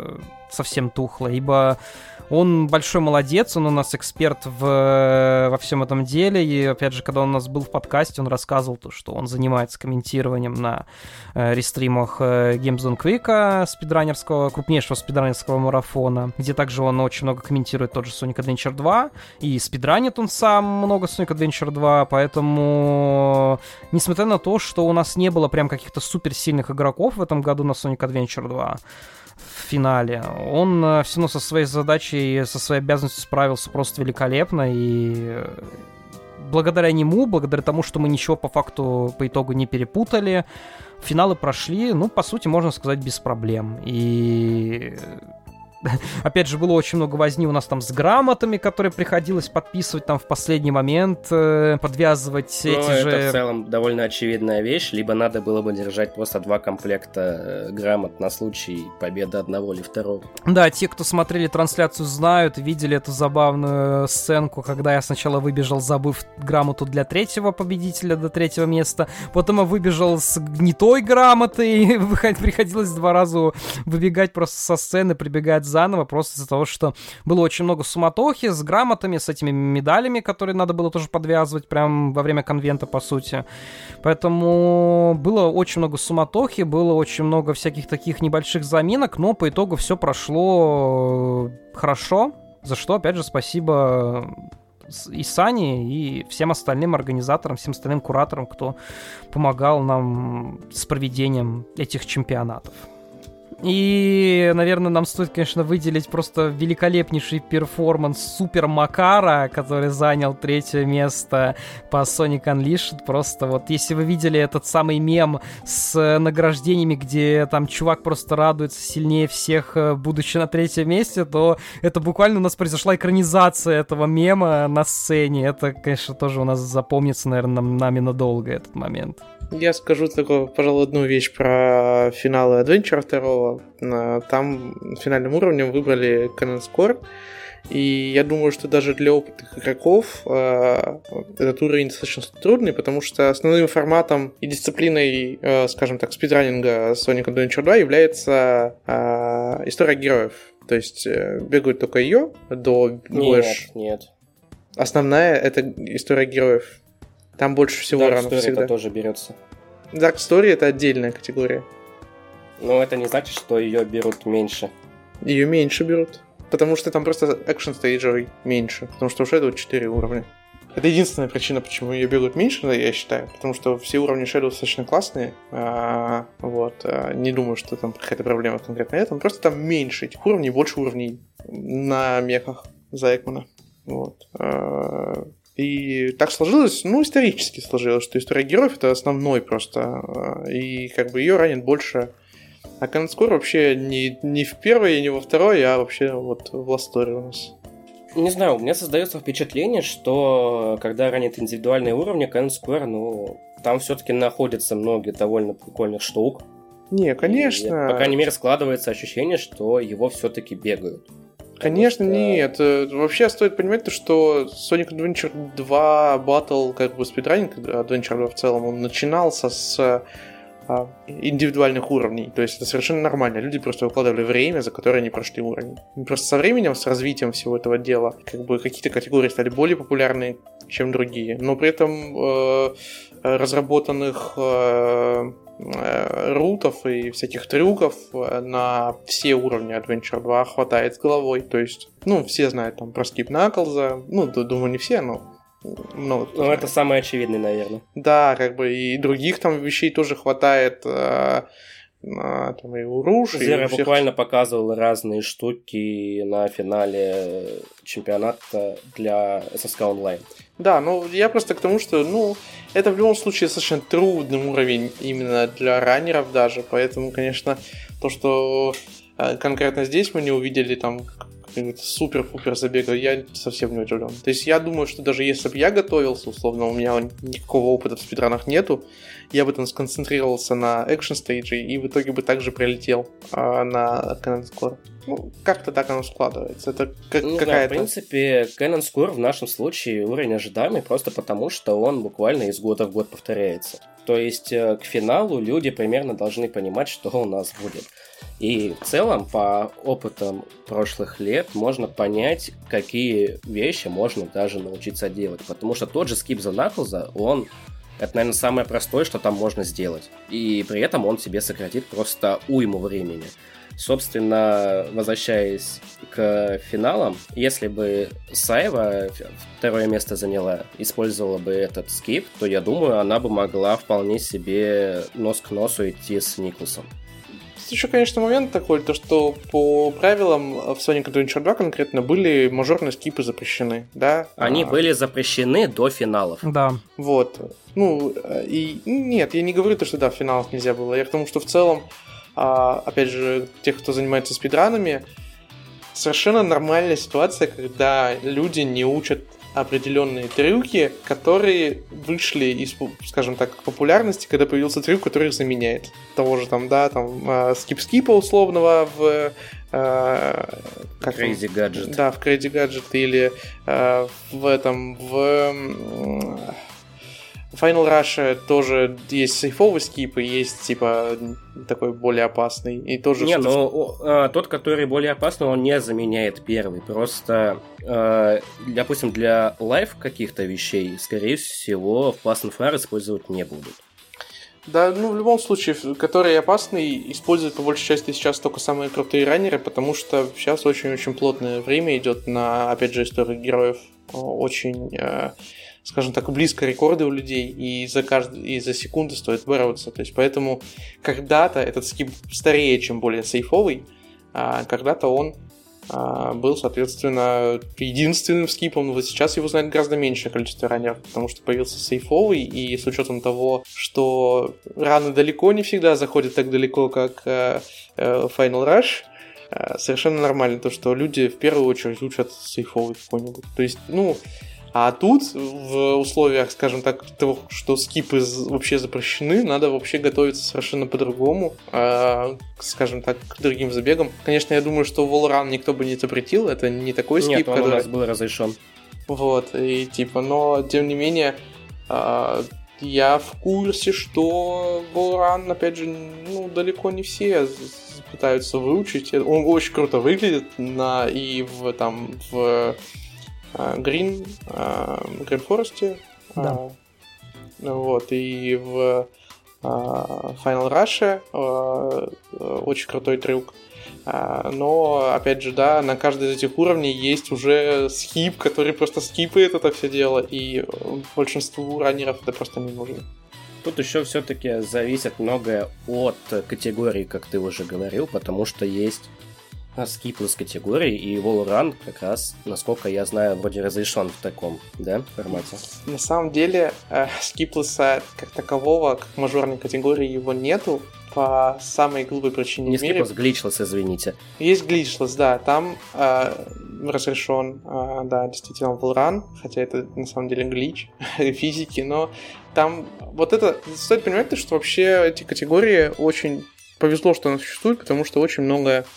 S1: совсем тухло, ибо он большой молодец, он у нас эксперт во всем этом деле, и, опять же, когда он у нас был в подкасте, он рассказывал то, что он занимается комментированием на рестримах Games Done Quick, крупнейшего спидранерского марафона, где также он очень много комментирует тот же Sonic Adventure 2, и спидранит он сам много Sonic Adventure 2, поэтому, несмотря на то, что у нас не было прям каких-то суперсильных игроков в этом году на Sonic Adventure 2, в финале, он все равно со своей задачей, со своей обязанностью справился просто великолепно, и благодаря нему, благодаря тому, что мы ничего по факту, по итогу не перепутали, финалы прошли, ну, по сути, можно сказать, без проблем. И опять же, было очень много возни у нас там с грамотами, которые приходилось подписывать там в последний момент, подвязывать эти же...
S2: это в целом довольно очевидная вещь. Либо надо было бы держать просто 2 комплекта грамот на случай победы одного или второго.
S1: Да, те, кто смотрели трансляцию, знают, видели эту забавную сценку, когда я сначала выбежал, забыв грамоту для 3-го победителя до 3-го места, потом я выбежал с гнитой грамотой, и приходилось 2 раза выбегать просто со сцены, прибегать заново, просто из-за того, что было очень много суматохи с грамотами, с этими медалями, которые надо было тоже подвязывать прямо во время конвента, по сути. Поэтому было очень много суматохи, было очень много всяких таких небольших заминок, но по итогу все прошло хорошо, за что, опять же, спасибо и Сане, и всем остальным организаторам, всем остальным кураторам, кто помогал нам с проведением этих чемпионатов. И, наверное, нам стоит, конечно, выделить просто великолепнейший перформанс Супер Макара, который занял 3-е место по Sonic Unleashed. Просто вот, если вы видели этот самый мем с награждениями, где там чувак просто радуется сильнее всех, будучи на 3-м месте, то это буквально у нас произошла экранизация этого мема на сцене. Это, конечно, тоже у нас запомнится, наверное, нами надолго этот момент.
S3: Я скажу только, пожалуй, одну вещь про финалы Adventure 2. Там финальным уровнем выбрали Cannon Score, и я думаю, что даже для опытных игроков этот уровень достаточно трудный, потому что основным форматом и дисциплиной, скажем так, спидранинга Sonic Adventure 2 является история героев. То есть бегают только ее до...
S2: Нет.
S3: Основная — это история героев. Там больше всего
S2: Dark
S3: ранов
S2: Story
S3: всегда.
S2: это тоже берется.
S3: Dark Story — это отдельная категория.
S2: Но это не значит, что ее берут меньше.
S3: Ее меньше берут. Потому что там просто экшн-стейджей меньше. Потому что у Shadow 4 уровня. Это единственная причина, почему ее берут меньше, я считаю. Потому что все уровни Shadow достаточно классные. Не думаю, что там какая-то проблема конкретно этом. Просто там меньше этих уровней, больше уровней на мехах за Экмана. И так сложилось, исторически сложилось, что история героев — это основной просто, и как бы ее ранит больше. А Cannon Score вообще не в первой и не во второй, а вообще вот в Last Story у нас.
S2: Не знаю, у меня создается впечатление, что когда ранят индивидуальные уровни, Cannon Square, там все-таки находятся много довольно прикольных штук.
S3: Не, конечно.
S2: И, по крайней мере, складывается ощущение, что его все-таки бегают.
S3: Конечно, нет. Вообще стоит понимать то, что Sonic Adventure 2 Battle, как бы спидранинг Adventure 2 в целом, он начинался с индивидуальных уровней. То есть это совершенно нормально. Люди просто выкладывали время, за которое они прошли уровень. Просто со временем, с развитием всего этого дела, как бы какие-то категории стали более популярны, чем другие. Но при этом разработанных рутов и всяких трюков на все уровни Adventure 2 хватает с головой. То есть, все знают там про Skip Knuckles, думаю, не все, но
S2: это самый очевидный, наверное.
S3: Да, как бы и других там вещей тоже хватает. Там и у Руш,
S2: Зера буквально показывал разные штуки на финале чемпионата для SSK Online.
S3: Да, я просто к тому, что, это в любом случае достаточно трудный уровень именно для раннеров даже, поэтому, конечно, то, что конкретно здесь мы не увидели там супер-пупер забега, я совсем не удивлен. То есть я думаю, что даже если бы я готовился, условно, у меня никакого опыта в спидранах нету, я бы там сконцентрировался на экшн-стейдже и в итоге бы также прилетел на Cannon Score. Как-то так оно складывается. Это какая-то...
S2: В принципе, Cannon Score в нашем случае уровень ожидаемый просто потому, что он буквально из года в год повторяется. То есть к финалу люди примерно должны понимать, что у нас будет. И в целом, по опытам прошлых лет, можно понять, какие вещи можно даже научиться делать. Потому что тот же Skip the Knuckles, это, наверное, самое простое, что там можно сделать. И при этом он тебе сократит просто уйму времени. Собственно, возвращаясь к финалам, если бы Сайва второе место заняла, использовала бы этот скип, то, я думаю, она бы могла вполне себе нос к носу идти с Никласом.
S3: Тут еще, конечно, момент такой, то что по правилам в Sonic Adventure 2 конкретно были мажорные скипы запрещены, да?
S2: Они были запрещены до финалов.
S1: Да.
S3: Вот. Ну, и нет, я не говорю то, что да, в финалах нельзя было. Я к тому, что в целом, опять же, тех, кто занимается спидранами, совершенно нормальная ситуация, когда люди не учат определенные трюки, которые вышли из, скажем так, популярности, когда появился трюк, который их заменяет. Того же там, да, там, скип-скипа условного в...
S2: Crazy Gadget.
S3: Да, в Crazy Gadget или в этом, в Final Rush тоже есть сейфовый скип и есть, типа, такой более опасный. И тоже
S2: не, тот, который более опасный, он не заменяет первый. Просто, допустим, для лайв каких-то вещей, скорее всего, в Fast and Far использовать не будут.
S3: Да, ну, в любом случае, который опасный, используют по большей части сейчас только самые крутые раннеры, потому что сейчас очень-очень плотное время идет на, опять же, историю героев. Очень... скажем так, близко рекорды у людей, и за секунды стоит бороться. То есть, поэтому когда-то этот скип старее, чем более сейфовый, а когда-то он был, соответственно, единственным скипом, но вот сейчас его знает гораздо меньшее количество раннеров, потому что появился сейфовый, и с учетом того, что раны далеко не всегда заходят так далеко, как Final Rush, совершенно нормально то, что люди в первую очередь учат сейфовый какой-нибудь. То есть, ну... А тут, в условиях, скажем так, того, что скипы вообще запрещены, надо вообще готовиться совершенно по-другому, скажем так, к другим забегам. Конечно, я думаю, что Wallrun никто бы не запретил, это не такой скип,
S2: который... Нет, он у нас был разрешен.
S3: Вот, и типа, но, тем не менее, я в курсе, что Wallrun, опять же, ну, далеко не все пытаются выучить. Он очень круто выглядит и в Green Forest,
S1: да.
S3: Вот, и в Final Rush очень крутой трюк. Но, опять же, да, на каждый из этих уровней есть уже скип, который просто скипает это все дело, и большинству раннеров это просто не нужно.
S2: Тут еще все-таки зависит многое от категории, как ты уже говорил, потому что есть скиплess категории, и Wallrun как раз, насколько я знаю, вроде разрешен в таком, да, формате.
S3: На самом деле, скиплесса как такового, как мажорной категории, его нету, по самой глупой причине
S2: не
S3: в мире.
S2: Не скиплесс, гличлесс, извините.
S3: Есть гличлесс, да, там разрешен, да, действительно, Wallrun, хотя это на самом деле глич физики, но там вот это, стоит понимать, что вообще эти категории очень повезло, что она существует, потому что очень много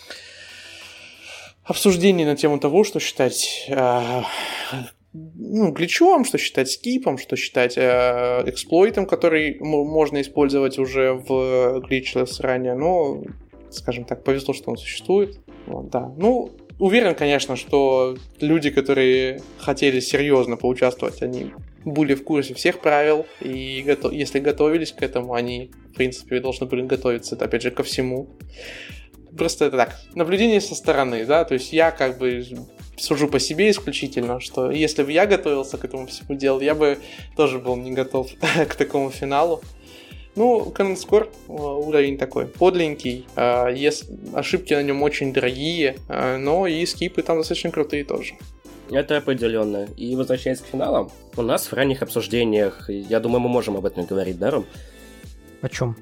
S3: обсуждений на тему того, что считать гличом, что считать скипом, что считать эксплойтом, который можно использовать уже в гличлесс ранее, но, скажем так, повезло, что он существует. Вот, да. Ну, уверен, конечно, что люди, которые хотели серьезно поучаствовать, они были в курсе всех правил, и если готовились к этому, они, в принципе, должны были готовиться, опять же, ко всему. Просто это так, наблюдение со стороны, да, то есть я как бы сужу по себе исключительно, что если бы я готовился к этому всему делу, я бы тоже был не готов к такому финалу. Ну, Command Score уровень такой, подленький, ошибки на нем очень дорогие, но и скипы там достаточно крутые тоже.
S2: Это определенно. И возвращаясь к финалам, у нас в ранних обсуждениях, я думаю, мы можем об этом говорить, да, Ром?
S1: О чем?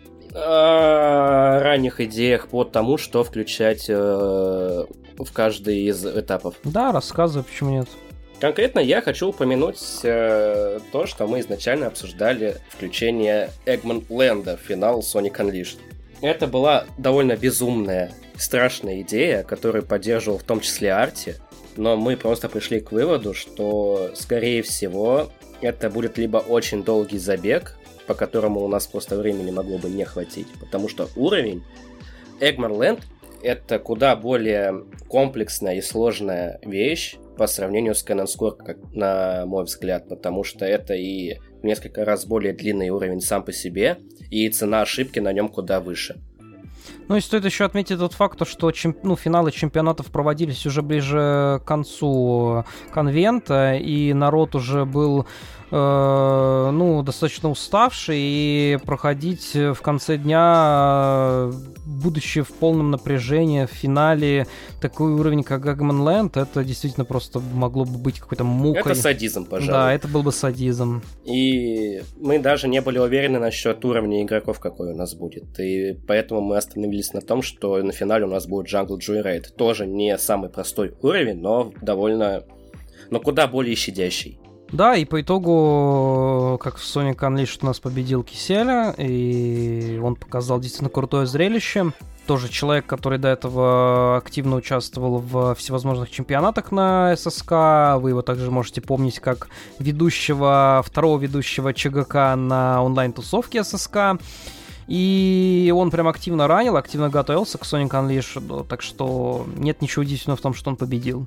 S2: О ранних идеях по тому, что включать в каждый из этапов.
S1: Да, рассказывай, почему нет.
S2: Конкретно я хочу упомянуть то, что мы изначально обсуждали включение Eggman Land в финал Sonic Unleashed. Это была довольно безумная, страшная идея, которую поддерживал в том числе Арти, но мы просто пришли к выводу, что, скорее всего, это будет либо очень долгий забег, по которому у нас просто времени могло бы не хватить. Потому что уровень Eggman Land — это куда более комплексная и сложная вещь по сравнению с Cannon Score, как на мой взгляд, потому что это и в несколько раз более длинный уровень сам по себе, и цена ошибки на нем куда выше.
S1: Ну и стоит еще отметить тот факт, что финалы чемпионатов проводились уже ближе к концу конвента, и народ уже был достаточно уставший, и проходить в конце дня, будучи в полном напряжении в финале, такой уровень, как Eggman Land, это действительно просто могло бы быть какой-то мукой.
S2: Это садизм, пожалуй.
S1: Да, это был бы садизм.
S2: И мы даже не были уверены насчет уровня игроков, какой у нас будет. И поэтому мы остановились на том, что на финале у нас будет Jungle Joyride. Тоже не самый простой уровень, но куда более щадящий.
S1: Да, и по итогу, как в Sonic Unleashed, у нас победил Киселя, и он показал действительно крутое зрелище. Тоже человек, который до этого активно участвовал в всевозможных чемпионатах на ССК. Вы его также можете помнить как второго ведущего ЧГК на онлайн-тусовке ССК. И он прям активно готовился к Sonic Unleashed, так что нет ничего удивительного в том, что он победил.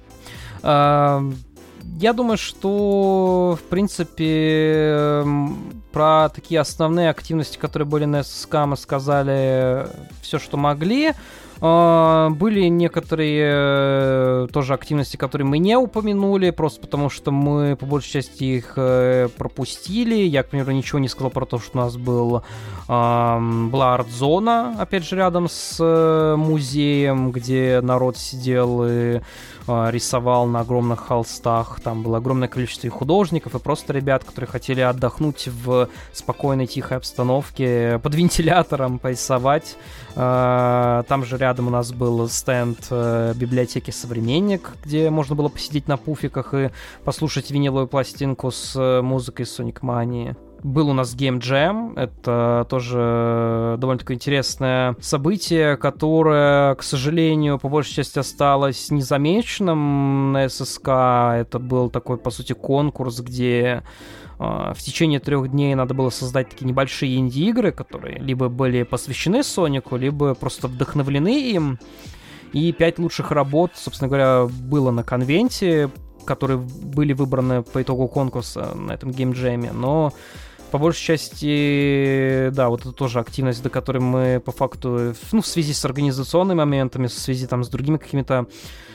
S1: Я думаю, что, в принципе, про такие основные активности, которые были на ССК, мы сказали все, что могли. Были некоторые тоже активности, которые мы не упомянули, просто потому что мы по большей части их пропустили. Я, к примеру, ничего не сказал про то, что у нас была арт-зона, опять же, рядом с музеем, где народ сидел и рисовал на огромных холстах. Там было огромное количество и художников, и просто ребят, которые хотели отдохнуть в спокойной, тихой обстановке, под вентилятором порисовать. Там же рядом у нас был стенд библиотеки «Современник», где можно было посидеть на пуфиках и послушать виниловую пластинку с музыкой Sonic Mania. Был у нас Game Jam, это тоже довольно-таки интересное событие, которое, к сожалению, по большей части осталось незамеченным на ССК. Это был такой, по сути, конкурс, где в течение 3 дней надо было создать такие небольшие инди-игры, которые либо были посвящены Сонику, либо просто вдохновлены им. И 5 лучших работ, собственно говоря, было на конвенте, которые были выбраны по итогу конкурса на этом геймджеме, но по большей части, да, вот это тоже активность, до которой мы по факту, в связи с организационными моментами, в связи там с другими какими-то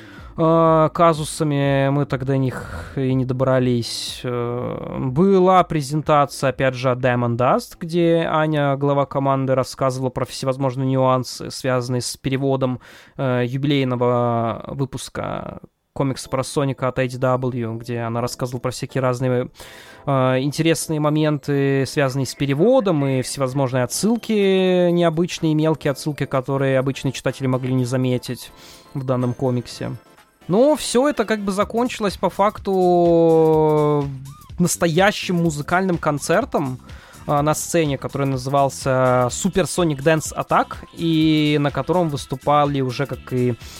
S1: казусами, мы тогда до них и не добрались. Была презентация, опять же, от Diamond Dust, где Аня, глава команды, рассказывала про всевозможные нюансы, связанные с переводом юбилейного выпуска комикса про Соника от IDW, где она рассказывала про всякие разные интересные моменты, связанные с переводом, и всевозможные отсылки, необычные, мелкие отсылки, которые обычные читатели могли не заметить в данном комиксе. Но все это как бы закончилось по факту настоящим музыкальным концертом на сцене, который назывался Super Sonic Dance Attack, и на котором выступал уже как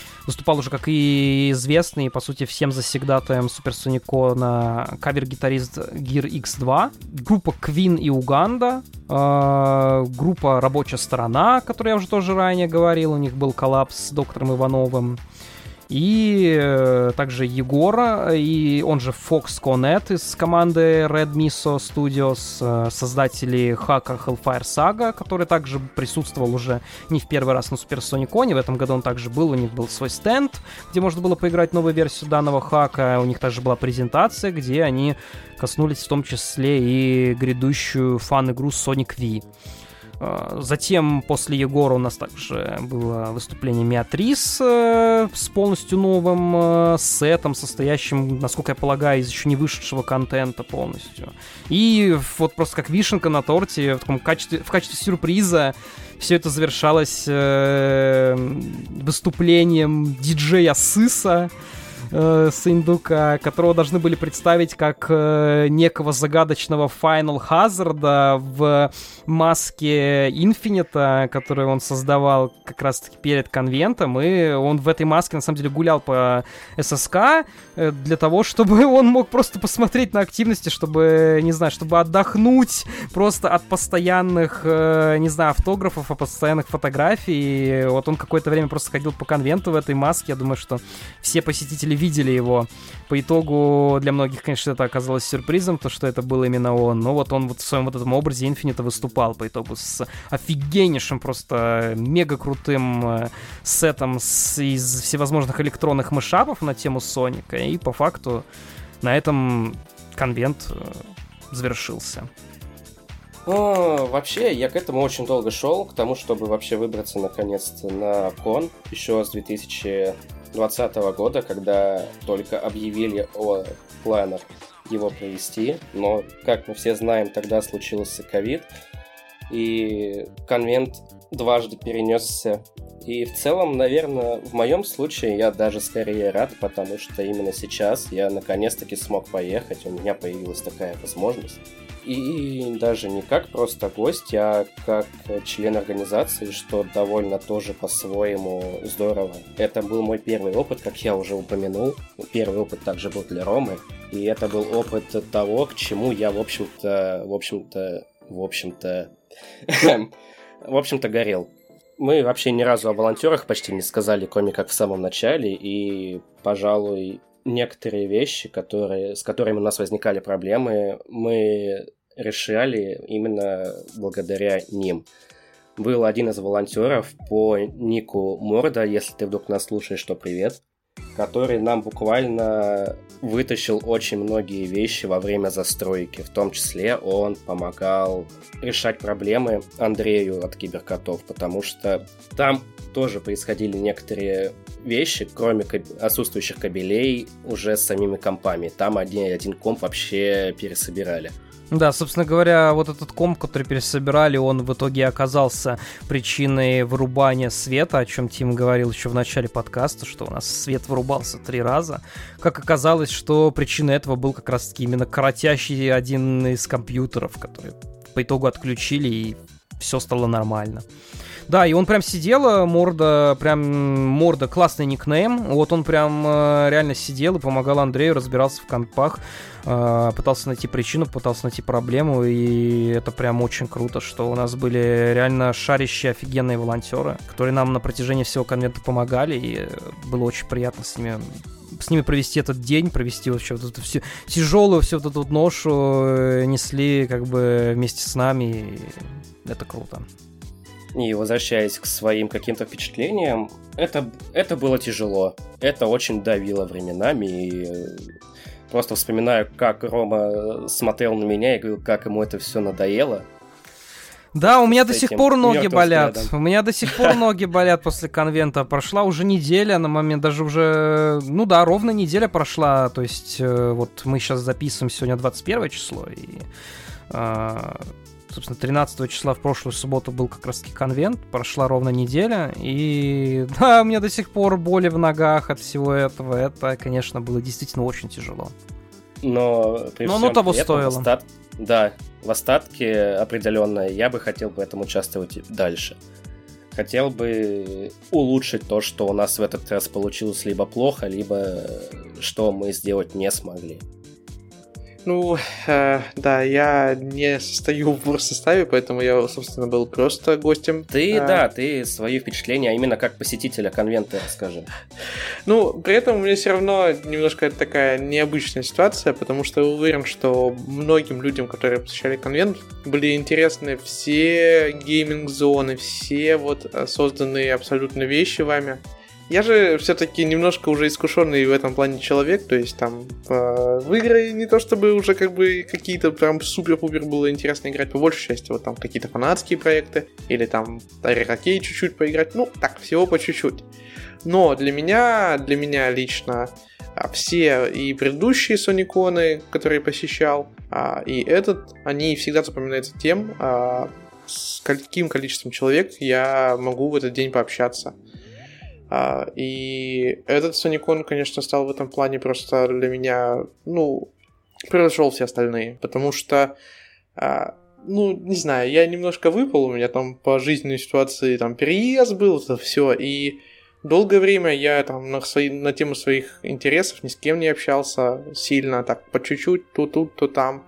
S1: и известный, по сути, всем завсегдатаем Super Sonic Con кавер-гитарист Gear X2, группа Queen и Уганда, группа Рабочая сторона, о которой я уже тоже ранее говорил, у них был коллапс с доктором Ивановым, и также Егора, и он же Fox Connet из команды Red Miso Studios, создатели хака Hellfire Saga, который также присутствовал уже не в первый раз на Super Sonic Con, в этом году он также был, у них был свой стенд, где можно было поиграть новую версию данного хака, у них также была презентация, где они коснулись в том числе и грядущую фан-игру Sonic V. Затем после Егора у нас также было выступление Миатрис с полностью новым сетом, состоящим, насколько я полагаю, из еще не вышедшего контента полностью. И вот просто как вишенка на торте, в качестве сюрприза все это завершалось выступлением диджея Сыса, Сындука, которого должны были представить как некого загадочного Final Hazard в маске Инфинита, которую он создавал как раз-таки перед конвентом, и он в этой маске, на самом деле, гулял по ССК для того, чтобы он мог просто посмотреть на активности, чтобы, не знаю, чтобы отдохнуть просто от постоянных, не знаю, автографов, от постоянных фотографий. И вот он какое-то время просто ходил по конвенту в этой маске. Я думаю, что все посетители видели его. По итогу для многих, конечно, это оказалось сюрпризом, то, что это был именно он. Но вот он вот в своем вот этом образе Инфинита выступал по итогу с офигеннейшим, просто мега крутым сетом из всевозможных электронных мышапов на тему Соника. И по факту на этом конвент завершился.
S2: Вообще, я к этому очень долго шел, к тому, чтобы вообще выбраться наконец-то на кон еще с 2020 года, когда только объявили о планах его провести. Но, как мы все знаем, тогда случился ковид, и конвент дважды перенесся. И в целом, наверное, в моем случае я даже скорее рад, потому что именно сейчас я наконец-таки смог поехать, у меня появилась такая возможность. И даже не как просто гость, а как член организации, что довольно тоже по-своему здорово. Это был мой первый опыт, как я уже упомянул. Первый опыт также был для Ромы. И это был опыт того, к чему я, в общем-то, горел. Мы вообще ни разу о волонтерах почти не сказали, кроме как в самом начале, и, пожалуй, некоторые вещи, с которыми у нас возникали проблемы, мы решали именно благодаря ним. Был один из волонтеров по нику Морда, если ты вдруг нас слушаешь, то привет, который нам буквально вытащил очень многие вещи во время застройки. В том числе он помогал решать проблемы Андрею от Киберкотов, потому что там тоже происходили некоторые вещи, кроме отсутствующих кабелей, уже с самими компами. Там один комп вообще пересобирали.
S1: Да, собственно говоря, вот этот комп, который пересобирали, он в итоге оказался причиной вырубания света, о чем Тим говорил еще в начале подкаста, что у нас свет вырубался 3 раза. Как оказалось, что причиной этого был как раз-таки именно коротящий один из компьютеров, который по итогу отключили, и все стало нормально. Да, и он прям сидел, Морда, классный никнейм, вот он прям реально сидел и помогал Андрею, разбирался в компах, пытался найти причину, пытался найти проблему, и это прям очень круто, что у нас были реально шарящие офигенные волонтеры, которые нам на протяжении всего конвента помогали, и было очень приятно с ними провести этот день, провести вообще вот эту всю тяжелую всю вот эту вот ношу, несли как бы вместе с нами, и это круто.
S2: И возвращаясь к своим каким-то впечатлениям, это было тяжело. Это очень давило временами. И просто вспоминаю, как Рома смотрел на меня и говорил, как ему это все надоело.
S1: Да, у меня до сих пор ноги болят. У меня до сих пор ноги болят после конвента. Прошла уже неделя на момент, даже уже, ну да, ровно неделя прошла. То есть вот мы сейчас записываем сегодня 21 число, и... собственно, 13 числа в прошлую субботу был как раз-таки конвент, прошла ровно неделя, и да, у меня до сих пор боли в ногах от всего этого, это, конечно, было действительно очень тяжело.
S2: Но
S1: оно того стоило.
S2: В остатке определенно я бы хотел в этом участвовать дальше. Хотел бы улучшить то, что у нас в этот раз получилось либо плохо, либо что мы сделать не смогли.
S3: Ну, да, я не состою в бурсоставе, поэтому я, собственно, был просто гостем.
S2: Ты свои впечатления, а именно как посетителя конвента расскажи.
S3: Ну, при этом у меня все равно немножко такая необычная ситуация, потому что я уверен, что многим людям, которые посещали конвент, были интересны все гейминг-зоны, все вот созданные абсолютно вещи вами. Я же все-таки немножко уже искушенный в этом плане человек, то есть там в игры не то чтобы уже как бы какие-то прям супер-пупер было интересно играть, по большей части вот там какие-то фанатские проекты, или там хоккей чуть-чуть поиграть, ну так, всего по чуть-чуть. Но для меня лично все и предыдущие Сониконы, которые посещал, и этот, они всегда запоминаются тем, с каким количеством человек я могу в этот день пообщаться. И этот Соникон, конечно, стал в этом плане просто для меня, превзошел все остальные, потому что, не знаю, я немножко выпал, у меня там по жизненной ситуации там переезд был, это все, и долгое время я там на тему своих интересов ни с кем не общался сильно, так по чуть-чуть, то тут, то там.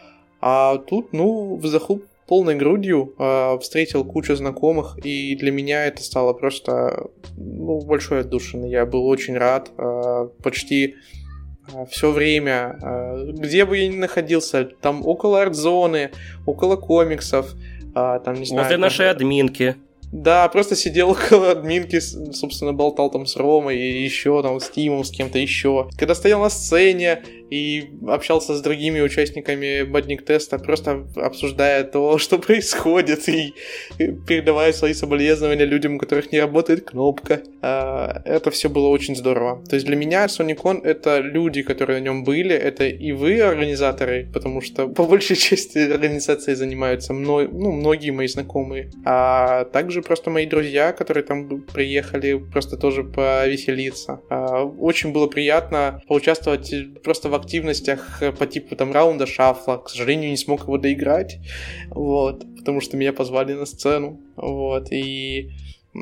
S3: А тут, вздохнул полной грудью, встретил кучу знакомых, и для меня это стало просто, большой отдушиной. Я был очень рад, почти все время, где бы я ни находился, там около арт-зоны, около комиксов, там, не знаю...
S2: Возле нашей админки.
S3: Да, просто сидел около админки, собственно, болтал там с Ромой и еще там с Тимом, с кем-то еще. Когда стоял на сцене и общался с другими участниками Badnik-теста, просто обсуждая то, что происходит, и передавая свои соболезнования людям, у которых не работает кнопка. Это все было очень здорово. То есть для меня Соникон — это люди, которые на нем были, это и вы, организаторы, потому что по большей части организацией занимаются многие мои знакомые, а также просто мои друзья, которые там приехали просто тоже повеселиться. Очень было приятно поучаствовать просто в активностях по типу там раунда шафла. К сожалению, не смог его доиграть, потому что меня позвали на сцену, и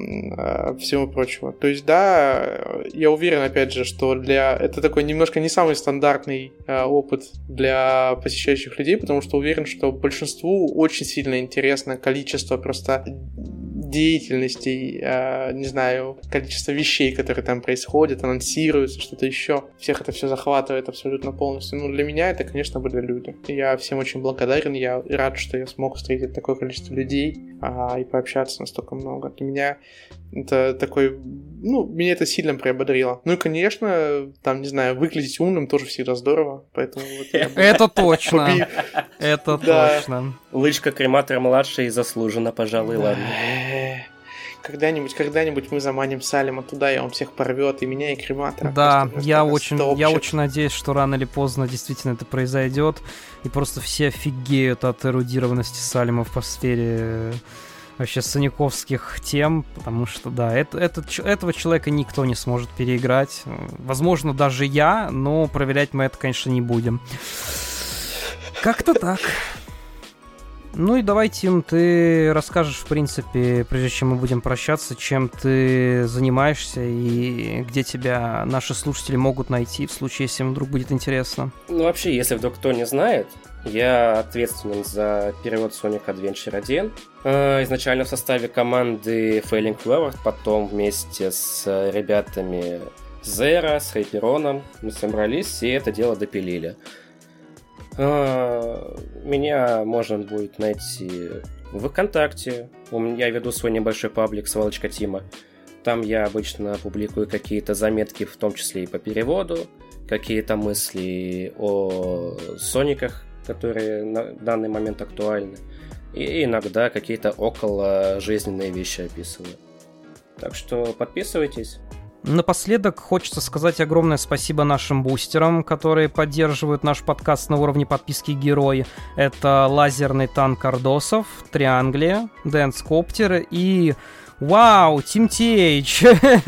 S3: всего прочего. То есть, да, я уверен, опять же, что это такой немножко не самый стандартный опыт для посещающих людей, потому что уверен, что большинству очень сильно интересно количество просто деятельностей, не знаю, количество вещей, которые там происходят, анонсируются, что-то еще. Всех это все захватывает абсолютно полностью. Для меня это, конечно, были люди. Я всем очень благодарен, я рад, что я смог встретить такое количество людей и пообщаться настолько много. Для меня это такой... меня это сильно приободрило. И, конечно, там, не знаю, выглядеть умным тоже всегда здорово, поэтому...
S1: Это точно. Это точно.
S2: Лычка Крематор-младший заслуженно, пожалуй, ладно.
S3: Когда-нибудь мы заманим Салима туда, и он всех порвет, и меня, и Крематора.
S1: Да, я очень надеюсь, что рано или поздно действительно это произойдет, и просто все офигеют от эрудированности Салима в сфере вообще сониковских тем, потому что, да, этого человека никто не сможет переиграть. Возможно, даже я, но проверять мы это, конечно, не будем. Как-то так. И давай, Тим, ты расскажешь, в принципе, прежде чем мы будем прощаться, чем ты занимаешься и где тебя наши слушатели могут найти, в случае, если им вдруг будет интересно.
S2: Вообще, если вдруг кто не знает, я ответственен за перевод Sonic Adventure 1. Изначально в составе команды Failing Forward, потом вместе с ребятами Zera, с Хайпероном мы собрались и это дело допилили. Меня можно будет найти в ВКонтакте. Я веду свой небольшой паблик «Свалочка Тима». Там я обычно публикую какие-то заметки, в том числе и по переводу, какие-то мысли о Сониках, которые на данный момент актуальны, и иногда какие-то около жизненные вещи описываю. Так что подписывайтесь.
S1: Напоследок хочется сказать огромное спасибо нашим бустерам, которые поддерживают наш подкаст на уровне подписки «Герой». Это Лазерный Танк Ордосов, Трианглия, Дэнс Коптер и... Вау, Тим Тейч!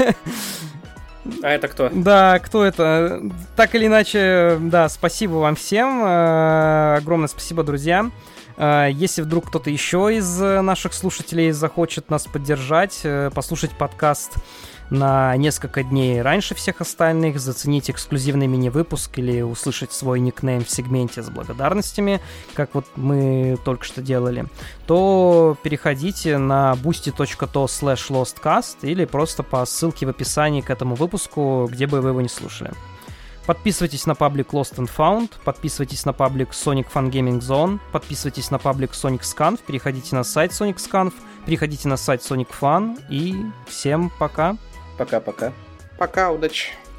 S2: А это кто?
S1: Да, кто это? Так или иначе, да, спасибо вам всем. Огромное спасибо, друзья. Если вдруг кто-то еще из наших слушателей захочет нас поддержать, послушать подкаст на несколько дней раньше всех остальных, заценить эксклюзивный мини-выпуск или услышать свой никнейм в сегменте с благодарностями, как вот мы только что делали, то переходите на boosty.to/lostcast или просто по ссылке в описании к этому выпуску, где бы вы его не слушали. Подписывайтесь на паблик Lost and Found, подписывайтесь на паблик Sonic Fun Gaming Zone, подписывайтесь на паблик Sonic Scanf, переходите на сайт Sonic Scanf, переходите на сайт Sonic Fun и всем пока.
S2: Пока-пока.
S3: Пока, удачи.